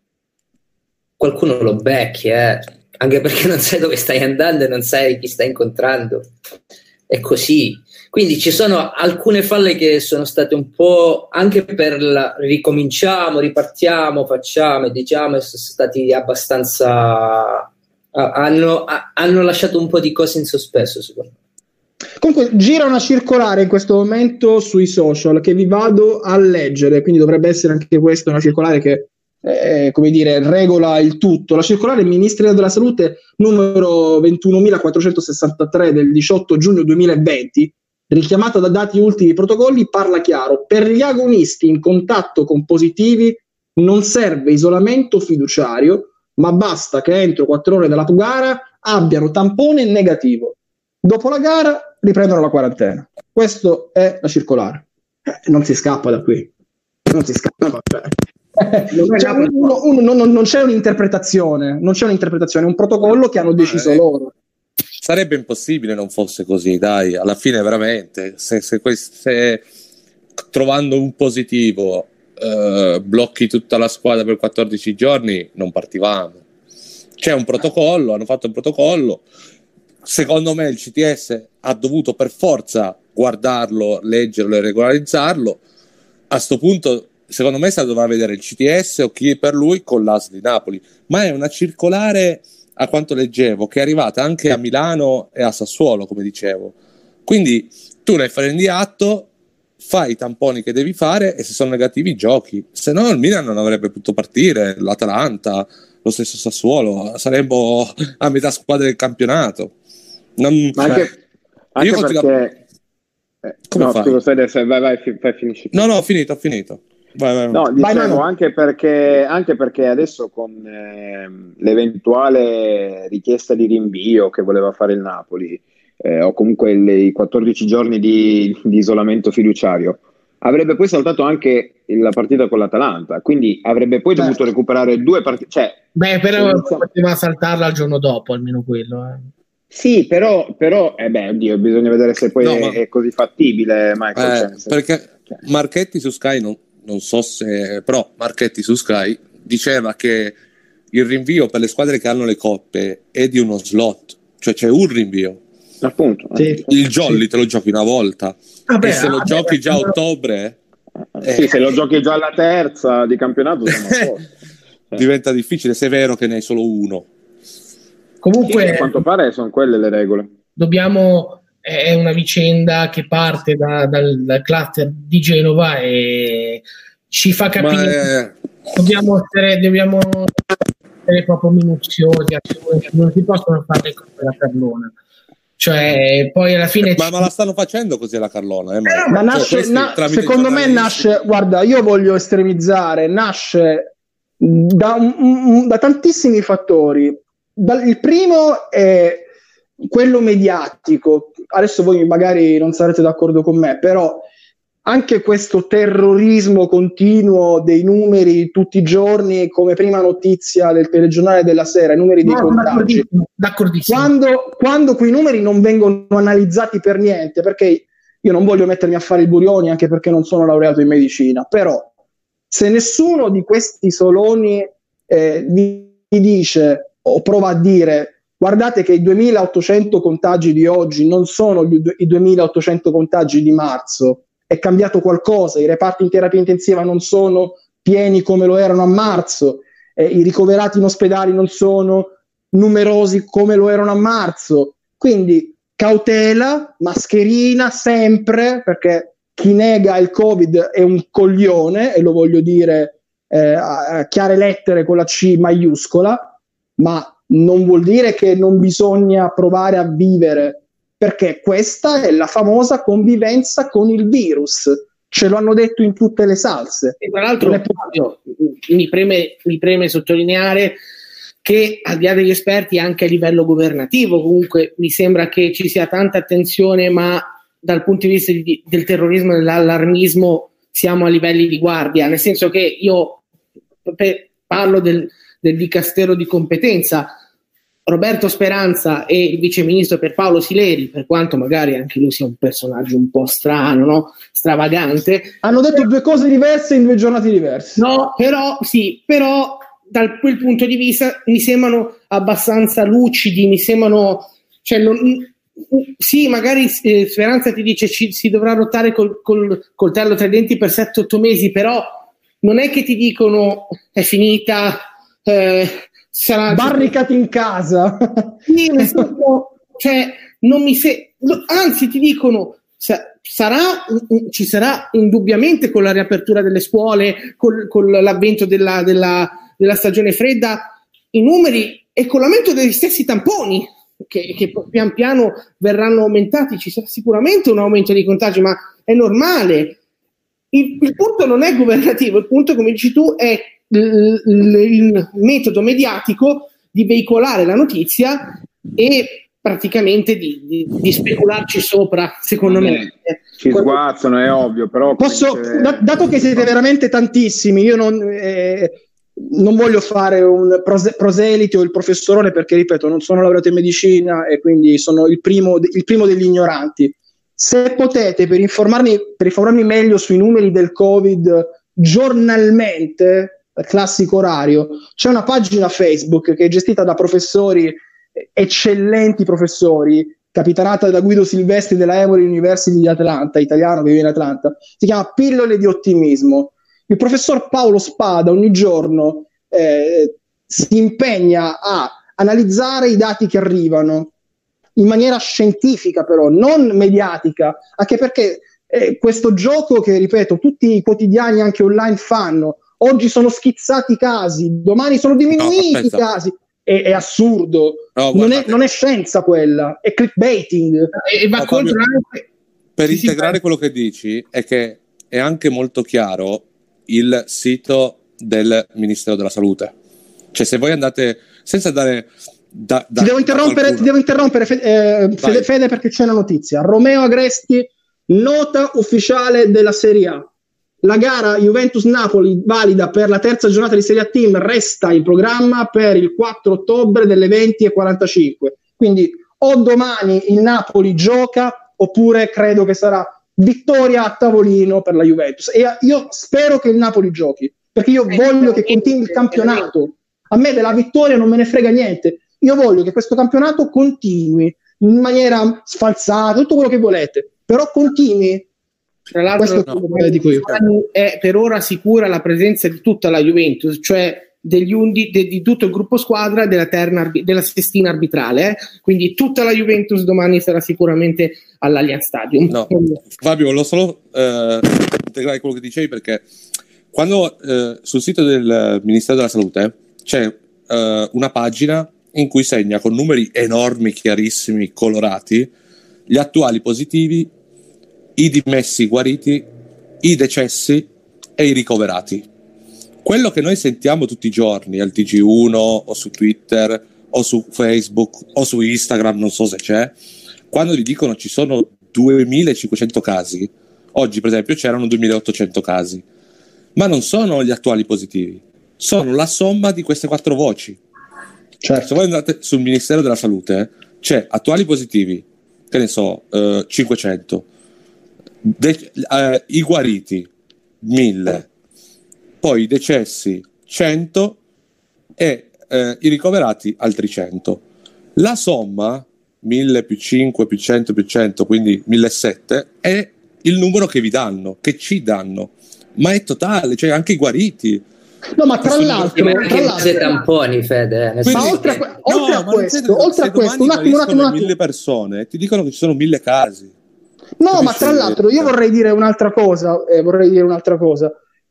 qualcuno lo becchi, eh. Anche perché non sai dove stai andando e non sai chi stai incontrando. è così. Quindi ci sono alcune falle che sono state un po' anche per la, ricominciamo, ripartiamo, facciamo e diciamo, sono stati abbastanza hanno, hanno lasciato un po' di cose in sospeso, secondo me. Comunque gira una circolare in questo momento sui social che vi vado a leggere, quindi dovrebbe essere anche questa una circolare che eh, come dire, regola il tutto. La circolare del Ministero della Salute numero ventunomilaquattrocentosessantatré del diciotto giugno duemilaventi, richiamata da dati ultimi protocolli, parla chiaro: per gli agonisti in contatto con positivi non serve isolamento fiduciario, ma basta che entro quattro ore dalla gara abbiano tampone negativo. Dopo la gara riprendono la quarantena. Questo è la circolare. Eh, non si scappa da qui. Non si scappa. Cioè, cioè, uno, uno, non, non c'è un'interpretazione, non c'è un'interpretazione, è un protocollo che hanno deciso eh, loro. Sarebbe impossibile non fosse così, dai, alla fine veramente, se, se, se trovando un positivo eh, blocchi tutta la squadra per quattordici giorni, non partivamo. C'è un protocollo, hanno fatto un protocollo. Secondo me il C T S ha dovuto per forza guardarlo, leggerlo e regolarizzarlo. A sto punto, secondo me, si doveva vedere il C T S o chi è per lui con l'A S di Napoli. Ma è una circolare, a quanto leggevo, che è arrivata anche a Milano e a Sassuolo, come dicevo. Quindi tu ne prendi atto, fai i tamponi che devi fare e se sono negativi giochi. Se no il Milan non avrebbe potuto partire, l'Atalanta, lo stesso Sassuolo, saremmo a metà squadra del campionato. Non, Ma anche, anche io perché eh, come no, fai? Scusa, vai, vai, vai, vai, finisci. No, no, ho finito, ho finito. Vai, vai, vai. No, dicevo vai, vai. Anche, perché, anche perché adesso con eh, l'eventuale richiesta di rinvio che voleva fare il Napoli, eh, o comunque le, i quattordici giorni di, di isolamento fiduciario, avrebbe poi saltato anche la partita con l'Atalanta, quindi avrebbe poi dovuto Beh. recuperare due partite. Cioè, Beh, però senza... poteva saltarla il giorno dopo, almeno quello. Eh. Sì, però, però eh beh, oddio, bisogna vedere se poi no, è, ma... è così fattibile, Michael. Eh, perché cioè. Marchetti su Sky, non, non so se, però Marchetti su Sky diceva che il rinvio per le squadre che hanno le coppe è di uno slot, cioè c'è un rinvio. Appunto. Sì. Il Jolly sì. te lo giochi una volta, vabbè, e se lo vabbè, giochi già a ottobre... Eh, sì, se lo giochi già alla terza di campionato siamo a diventa difficile, se è vero che ne hai solo uno. Comunque, sì, a quanto pare sono quelle le regole. Dobbiamo, è una vicenda che parte da, dal, dal cluster di Genova e ci fa capire è... dobbiamo essere, dobbiamo essere proprio minuziosi, non si possono fare le cose da Carlona. Cioè, poi alla fine ma, ci... ma la stanno facendo così alla Carlona, eh, ma, ma nasce, cioè, na- secondo me nasce, guarda, io voglio estremizzare, nasce da, un, un, da tantissimi fattori. Da, il primo è quello mediatico, adesso voi magari non sarete d'accordo con me, però anche questo terrorismo continuo dei numeri tutti i giorni, come prima notizia del telegiornale della sera, i numeri dei no, contagi, d'accordissimo, d'accordissimo. Quando, quando quei numeri non vengono analizzati per niente, perché io non voglio mettermi a fare i burioni, anche perché non sono laureato in medicina, però se nessuno di questi soloni eh, vi, vi dice o prova a dire: guardate che i duemilaottocento contagi di oggi non sono gli, i duemilaottocento contagi di marzo, è cambiato qualcosa, i reparti in terapia intensiva non sono pieni come lo erano a marzo, eh, i ricoverati in ospedali non sono numerosi come lo erano a marzo, quindi cautela, mascherina sempre, perché chi nega il Covid è un coglione, e lo voglio dire eh, a chiare lettere con la C maiuscola, ma non vuol dire che non bisogna provare a vivere, perché questa è la famosa convivenza con il virus, ce lo hanno detto in tutte le salse. E tra l'altro è... io, mi, preme, mi preme sottolineare che al di là degli esperti anche a livello governativo comunque mi sembra che ci sia tanta attenzione, ma dal punto di vista di, del terrorismo e dell'allarmismo siamo a livelli di guardia, nel senso che io pe, parlo del del dicastero di competenza. Roberto Speranza e il viceministro Pierpaolo Sileri, per quanto magari anche lui sia un personaggio un po' strano, no? Stravagante, hanno detto eh, due cose diverse in due giornate diverse. No, però sì, però da quel punto di vista mi sembrano abbastanza lucidi, mi sembrano, cioè non, sì, magari eh, Speranza ti dice ci, si dovrà lottare col, col coltello tra i denti per sette otto mesi, però non è che ti dicono è finita, eh, sarà barricati in casa. Sì, nel senso, cioè, non mi se... anzi ti dicono sa- sarà, ci sarà indubbiamente con la riapertura delle scuole, col, con l'avvento della, della, della stagione fredda, i numeri e con l'aumento degli stessi tamponi che, che pian piano verranno aumentati, ci sarà sicuramente un aumento dei contagi, ma è normale. Il, il punto non è governativo, il punto, come dici tu, è il, il, il metodo mediatico di veicolare la notizia e praticamente di, di, di specularci sopra, secondo Vabbè, me. Ci sguazzano, è ovvio, però... Posso, c'è... da, dato che siete veramente tantissimi, io non... Eh, non voglio fare un prose- proselite o il professorone, perché ripeto non sono laureato in medicina e quindi sono il primo, il primo degli ignoranti. Se potete, per informarmi, per informarmi meglio sui numeri del Covid giornalmente, classico orario, c'è una pagina Facebook che è gestita da professori, eccellenti professori, capitanata da Guido Silvestri della Emory University di Atlanta, italiano che vive in Atlanta. Si chiama Pillole di ottimismo. Il professor Paolo Spada ogni giorno eh, si impegna a analizzare i dati che arrivano in maniera scientifica, però non mediatica, anche perché eh, questo gioco che, ripeto, tutti i quotidiani anche online fanno, oggi sono schizzati i casi, domani sono diminuiti i no, casi, è, è assurdo, no, non, è, non è scienza quella, è clickbaiting. E va no, contro Fabio, anche... per sì, integrare sì, quello che dici è che è anche molto chiaro il sito del Ministero della Salute. Cioè, se voi andate senza andare da, da, ti devo interrompere, ti devo interrompere Fede, eh, Fede, Fede, perché c'è una notizia. Romeo Agresti, nota ufficiale della Serie A. La gara Juventus-Napoli, valida per la terza giornata di Serie A Team, resta in programma per il quattro ottobre delle venti e quarantacinque. Quindi o domani il Napoli gioca, oppure credo che sarà vittoria a tavolino per la Juventus, e io spero che il Napoli giochi, perché io voglio che continui il campionato. A me della vittoria non me ne frega niente, io voglio che questo campionato continui in maniera sfalsata, tutto quello che volete, però continui. Tra l'altro, questo no, dico io. È per ora sicura la presenza di tutta la Juventus, cioè degli undi, de, di tutto il gruppo squadra della, terna, della sestina arbitrale, eh? Quindi tutta la Juventus domani sarà sicuramente all'Allianz Stadium. No, Fabio, volevo solo eh, integrare quello che dicevi, perché quando eh, sul sito del Ministero della Salute c'è eh, una pagina in cui segna con numeri enormi, chiarissimi, colorati, gli attuali positivi, i dimessi guariti, i decessi e i ricoverati. Quello che noi sentiamo tutti i giorni al T G uno o su Twitter o su Facebook o su Instagram, non so se c'è, quando gli dicono ci sono duemilacinquecento casi, oggi per esempio c'erano duemilaottocento casi, ma non sono gli attuali positivi, sono la somma di queste quattro voci. Certo. Se voi andate sul Ministero della Salute, c'è attuali positivi, che ne so, eh, cinquecento, de- eh, i guariti mille, poi i decessi cento e eh, i ricoverati altri cento. La somma mille più cinque più cento più cento, quindi millesettecento, è il numero che vi danno, che ci danno, ma è totale, cioè anche i guariti. No, ma tra l'altro, tra l'altro tamponi, Fede. Quindi, ma oltre a, que- oltre no, a questo, oltre a questo, un attimo, un attimo, un attimo. mille persone ti dicono che ci sono mille casi. No, capisci? Ma tra l'altro io vorrei dire un'altra cosa, eh, vorrei dire un'altra cosa.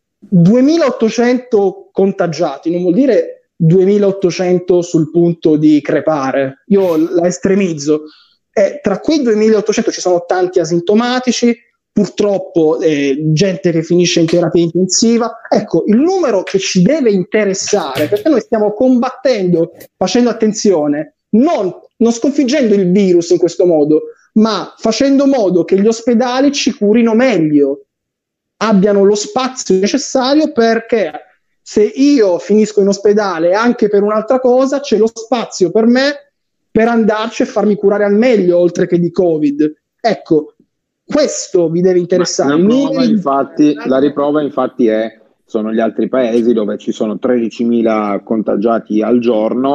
duemilaottocento contagiati non vuol dire duemilaottocento sul punto di crepare. Io la estremizzo. Eh, tra quei duemilaottocento ci sono tanti asintomatici, purtroppo eh, gente che finisce in terapia intensiva. Ecco, il numero che ci deve interessare, perché noi stiamo combattendo, facendo attenzione, non, non sconfiggendo il virus in questo modo, ma facendo modo che gli ospedali ci curino meglio, abbiano lo spazio necessario, perché se io finisco in ospedale anche per un'altra cosa, c'è lo spazio per me per andarci e farmi curare al meglio, oltre che di Covid. Ecco, questo vi deve interessare. La riprova, infatti, la riprova infatti è sono gli altri paesi dove ci sono tredicimila contagiati al giorno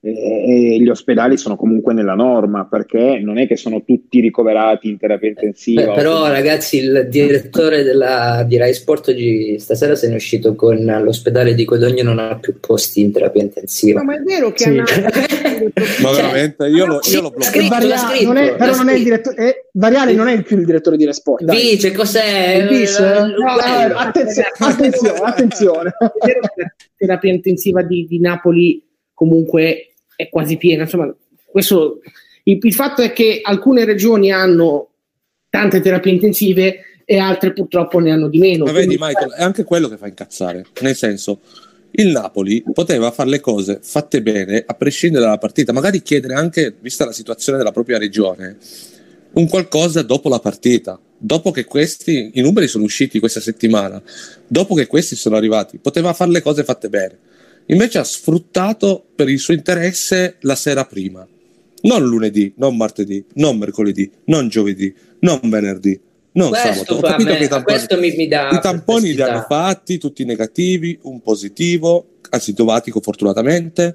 e gli ospedali sono comunque nella norma, perché non è che sono tutti ricoverati in terapia intensiva. Beh, però ragazzi, il direttore della, di Rai Sport oggi stasera se ne è uscito con l'ospedale di Codogno non ha più posti in terapia intensiva. No, ma è vero che Sì. hanno... Ma veramente, io lo, io lo Sì, blocco. scritto, Varia- l'ha scritto, non è, però l'ha non è il scritto. direttore, eh, Variale non è il più il direttore di Rai Sport. dai. Vice, cos'è? Il vice? Eh, No, quello. attenzione, attenzione, attenzione. È vero che la terapia intensiva di, di Napoli comunque è quasi piena, insomma, questo, il, il fatto è che alcune regioni hanno tante terapie intensive e altre purtroppo ne hanno di meno. Ma vedi, Quindi- Michael, è anche quello che fa incazzare. Nel senso, il Napoli poteva fare le cose fatte bene a prescindere dalla partita, magari chiedere anche, vista la situazione della propria regione, un qualcosa dopo la partita, dopo che questi, i numeri sono usciti questa settimana, dopo che questi sono arrivati, poteva fare le cose fatte bene. Invece ha sfruttato per il suo interesse la sera prima, non lunedì, non martedì, non mercoledì, non giovedì, non venerdì, non Questo sabato. Ho fa a capito me- che i tamponi, questo mi, mi dà i tamponi li perplessità. hanno fatti, tutti negativi, un positivo, asintomatico fortunatamente,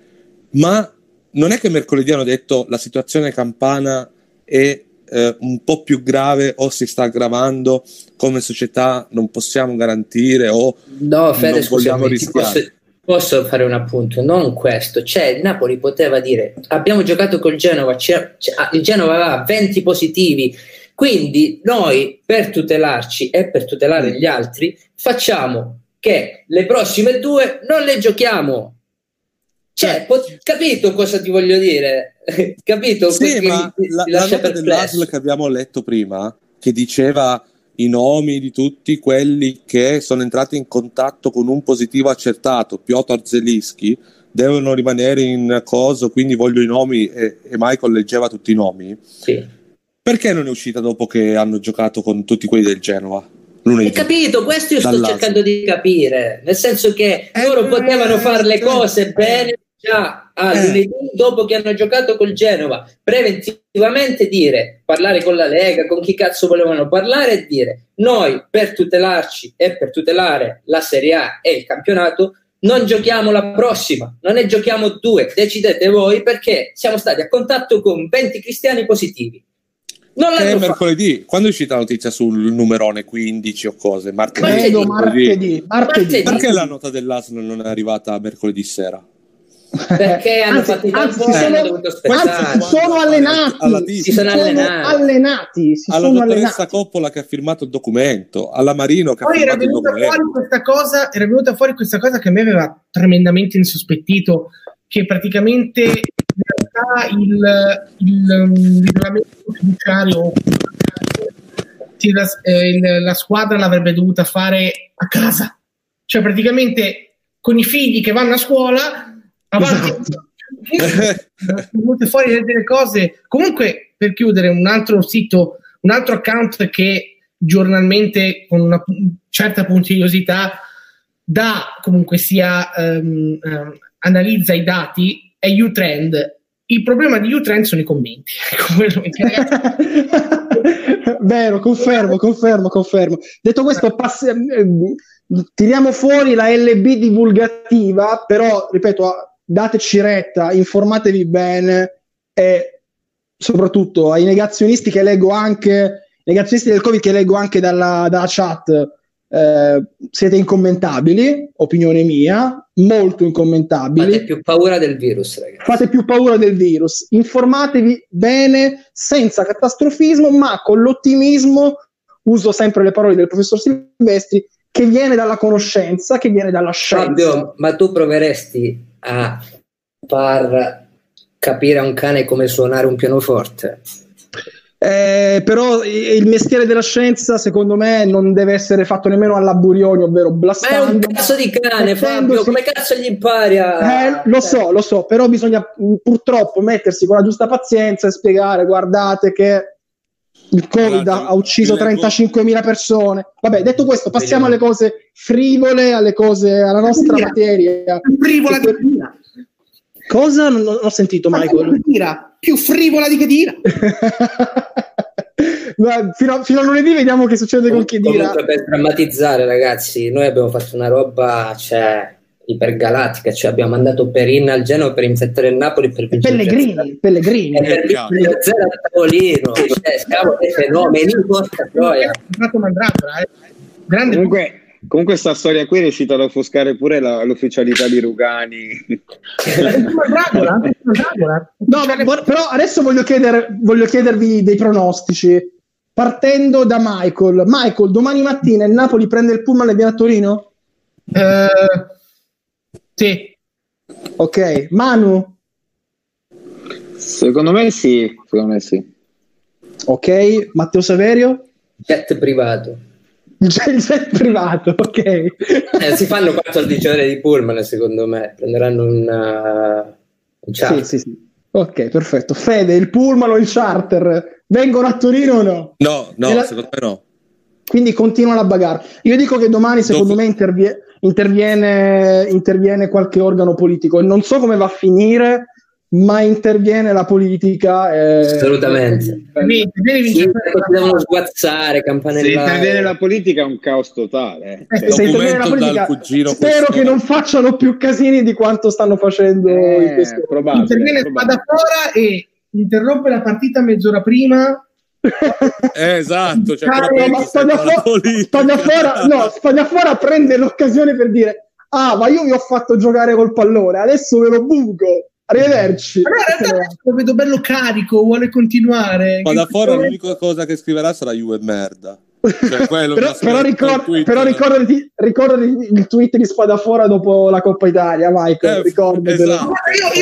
ma non è che mercoledì hanno detto la situazione campana è eh, un po' più grave o si sta aggravando, come società non possiamo garantire o No, Fede, non vogliamo scusami, ti rischiare. posso, posso fare un appunto? Non questo, cioè il Napoli poteva dire abbiamo giocato col Genova, c'è- c'è- ah, il Genova aveva venti positivi, quindi noi per tutelarci e per tutelare gli altri facciamo che le prossime due non le giochiamo. Cioè, pot- capito cosa ti voglio dire? Capito? Sì, Perché ma ti- la, ti la lascia nota perplesso. dell'A S L che abbiamo letto prima, che diceva i nomi di tutti quelli che sono entrati in contatto con un positivo accertato, Piotr Zelinski, devono rimanere in coso, quindi voglio i nomi, e, e Michael leggeva tutti i nomi. Sì. Perché non è uscita dopo che hanno giocato con tutti quelli del Genova? Lunedì. Hai capito? Questo io sto Dall'A S L. cercando di capire, nel senso che Eh, loro potevano fare le eh, cose bene già a eh. lunedì dopo che hanno giocato col Genova, preventivamente dire, parlare con la Lega, con chi cazzo volevano parlare e dire noi per tutelarci e per tutelare la Serie A e il campionato non giochiamo la prossima, non ne giochiamo due, decidete voi perché siamo stati a contatto con venti cristiani positivi. Non Che è l'hanno fatto. mercoledì. Quando è uscita la notizia sul numerone quindici o cose? Martedì. Credo Martedì. martedì, martedì. Martedì. Perché la nota dell'A S L non è arrivata mercoledì sera? Perché hanno Anzi, fatto i anzi, tamponi si e hanno sono- dovuto anzi, aspettare. si sono allenati, Alla si si sono sono allenati. allenati, si Alla sono dottoressa allenati. Coppola che ha firmato il documento, alla Marino che ha Poi era firmato il venuta documento. fuori questa cosa, era venuta fuori questa cosa che a me aveva tremendamente insospettito, che praticamente in realtà il, il, um, il regolamento fiduciario sì, la, eh, il- la squadra l'avrebbe dovuta fare a casa, cioè praticamente con i figli che vanno a scuola avanti. Esatto. Sono venute fuori delle cose. Comunque, per chiudere, un altro sito, un altro account che giornalmente con una pu- certa puntigliosità dà comunque sia ehm, ehm, analizza i dati è Utrend. Il problema di Utrend sono i commenti. Ecco, quello che- ragazzi, Vero, confermo, confermo, confermo. Detto questo, passi- ehm, tiriamo fuori la L B divulgativa, però, ripeto, dateci retta, informatevi bene e soprattutto ai negazionisti che leggo anche, negazionisti del Covid che leggo anche dalla, dalla chat, eh, siete incommentabili, opinione mia, molto incommentabili. Fate più paura del virus, ragazzi. Fate più paura del virus, informatevi bene, senza catastrofismo, ma con l'ottimismo, uso sempre le parole del professor Silvestri, che viene dalla conoscenza, che viene dalla scienza. Fabio, ma tu proveresti a far capire a un cane come suonare un pianoforte? Eh, però i- il mestiere della scienza, secondo me, non deve essere fatto nemmeno alla Burioni, ovvero Ma è un blastando. cazzo di cane, Fabio, mettendosi- come cazzo gli impari a... Eh, lo so, lo so, però bisogna mh, purtroppo mettersi con la giusta pazienza e spiegare, guardate che il Covid Guarda, ha ucciso vi leggo- trentacinquemila persone. Vabbè, detto questo, passiamo alle cose frivole, alle cose, alla nostra Tira. materia. più frivola di Khedira. Cosa? Non, non ho sentito, Michael. Khedira, più frivola di Khedira. Ma fino, a, fino a lunedì vediamo che succede con Khedira. Comunque, per drammatizzare, ragazzi, noi abbiamo fatto una roba, cioè ipergalattica, cioè abbiamo mandato Perin al Genoa per infettare il Napoli per vincere Pellegrini, Pellegrini e per vincere zero a tavolino, cioè, siamo dei fenomeni, porca troia. Grande. Comunque, comunque sta storia qui riuscita ad offuscare pure la, l'ufficialità di Rugani. No, però adesso voglio, chiedere, voglio chiedervi dei pronostici, partendo da Michael. Michael, domani mattina il Napoli prende il pullman e viene a Torino? Eh, sì. Ok, Manu? Secondo me sì, secondo me sì. Ok, Matteo Saverio? Jet privato. Il jet privato, ok. Eh, si fanno quattordici ore di pullman, secondo me. Prenderanno un, uh, un charter. Sì, sì, sì. Ok, perfetto. Fede, il pullman o il charter vengono a Torino o no? No, no, la... secondo me no. Quindi continuano a bagarre. Io dico che domani, secondo Dopo... me, intervie... interviene, interviene qualche organo politico. E non so come va a finire, ma interviene la politica. E... Assolutamente. Sì, sì, devono sguazzare, campanellare. Se interviene la politica è un caos totale. Eh, cioè, se interviene la politica, spero che non facciano più casini di quanto stanno facendo eh, in questo probabile, interviene probabile. Spada fora e interrompe la partita mezz'ora prima. Eh, esatto, cioè, no, ma Spadaffora no, Spadaffora prende l'occasione per dire: ah, ma io vi ho fatto giocare col pallone, adesso ve lo buco, arrivederci. Ma in realtà lo vedo bello carico, vuole continuare. Spadaffora l'unica cosa che scriverà sarà Juve merda. Cioè, quello però, però, ricord- però ricordati, ricordati il tweet di Spadafora dopo la Coppa Italia, Michael. Eh, ricordati. Esatto. Io,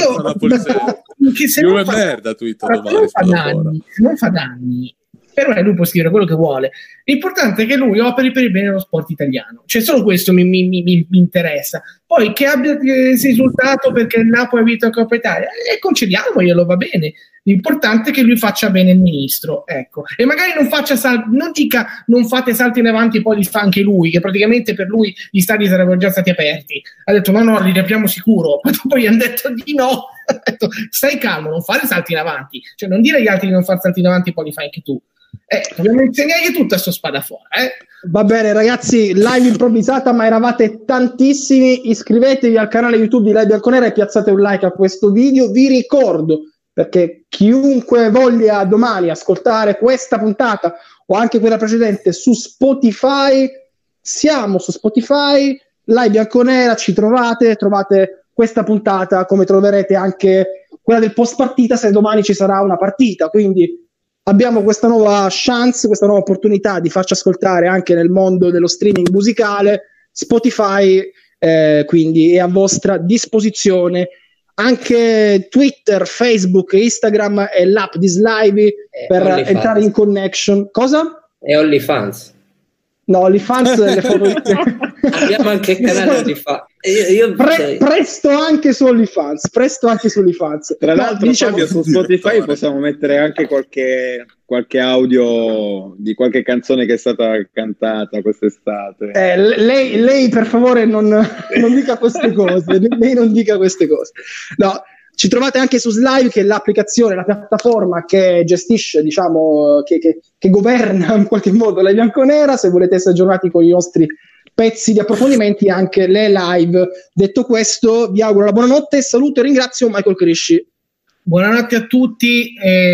io che se Juve merda tweet non fa danni, non fa danni. Per me lui può scrivere quello che vuole. L'importante è che lui operi per il bene dello sport italiano. Cioè, solo questo mi, mi, mi, mi interessa. Poi che abbia risultato perché il Napoli ha vinto la Coppa Italia, e eh, concediamoglielo, va bene. L'importante è che lui faccia bene il ministro, ecco. E magari non faccia sal- non dica non fate salti in avanti, poi li fa anche lui, che praticamente per lui gli stadi sarebbero già stati aperti. Ha detto no, no, li riapriamo sicuro. Poi dopo gli hanno detto di no. Ha detto stai calmo, non fare salti in avanti. Cioè, non dire agli altri di non fare salti in avanti, poi li fai anche tu. Eh, dobbiamo insegnargli tutto a sto Spadafora, eh? Va bene ragazzi, live improvvisata, ma eravate tantissimi. Iscrivetevi al canale YouTube di Live Bianconera e piazzate un like a questo video. Vi ricordo, perché chiunque voglia domani ascoltare questa puntata o anche quella precedente su Spotify, siamo su Spotify, Live Bianconera, ci trovate, trovate questa puntata, come troverete anche quella del post partita se domani ci sarà una partita, quindi abbiamo questa nuova chance, questa nuova opportunità di farci ascoltare anche nel mondo dello streaming musicale. Spotify eh, quindi è a vostra disposizione, anche Twitter, Facebook, Instagram e l'app di Slivy eh, per OnlyFans. Entrare in connection. Cosa? E OnlyFans. No, OnlyFans le foto di... Abbiamo anche il canale OnlyFans. Io, io Pre- presto anche su OnlyFans, presto anche su OnlyFans. Tra no, l'altro, diciamo... Fabio, su Spotify possiamo mettere anche qualche, qualche audio di qualche canzone che è stata cantata quest'estate. Eh, lei, lei, per favore, non, non dica queste cose. Lei non dica queste cose. No, ci trovate anche su Slime, che è l'applicazione, la piattaforma che gestisce, diciamo, che, che, che governa in qualche modo la Bianconera. Se volete essere aggiornati con i nostri pezzi di approfondimenti, anche le live. Detto questo, vi auguro la buonanotte, saluto e ringrazio Michael Crisci. Buonanotte a tutti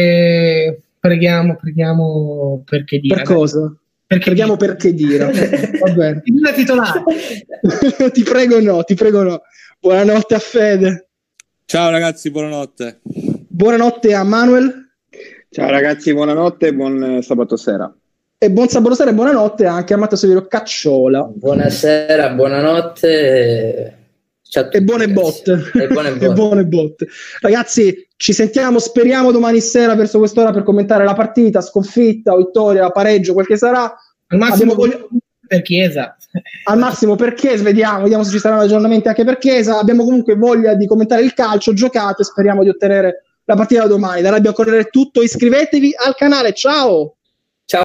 e preghiamo, preghiamo perché dire. Per cosa? Perché preghiamo dire. Perché dire. Va bene. titolare. Ti prego no, ti prego no. Buonanotte a Fede. Ciao ragazzi, buonanotte. Buonanotte a Manuel. Ciao ragazzi, buonanotte e buon sabato sera. E buon sabato sera e buonanotte anche a Matteo Severo Cacciola. Buonasera, buonanotte. Ciao a tutti, e buone botte. E buone botte. E buone botte. Ragazzi, ci sentiamo, speriamo domani sera verso quest'ora per commentare la partita, sconfitta o vittoria, pareggio, quel che sarà. Al massimo voglia... per Chiesa. Al massimo per Chiesa, vediamo, vediamo se ci saranno aggiornamenti anche per Chiesa. Abbiamo comunque voglia di commentare il calcio, giocate, speriamo di ottenere la partita domani. Da Rabbia a Correre è tutto, iscrivetevi al canale, ciao!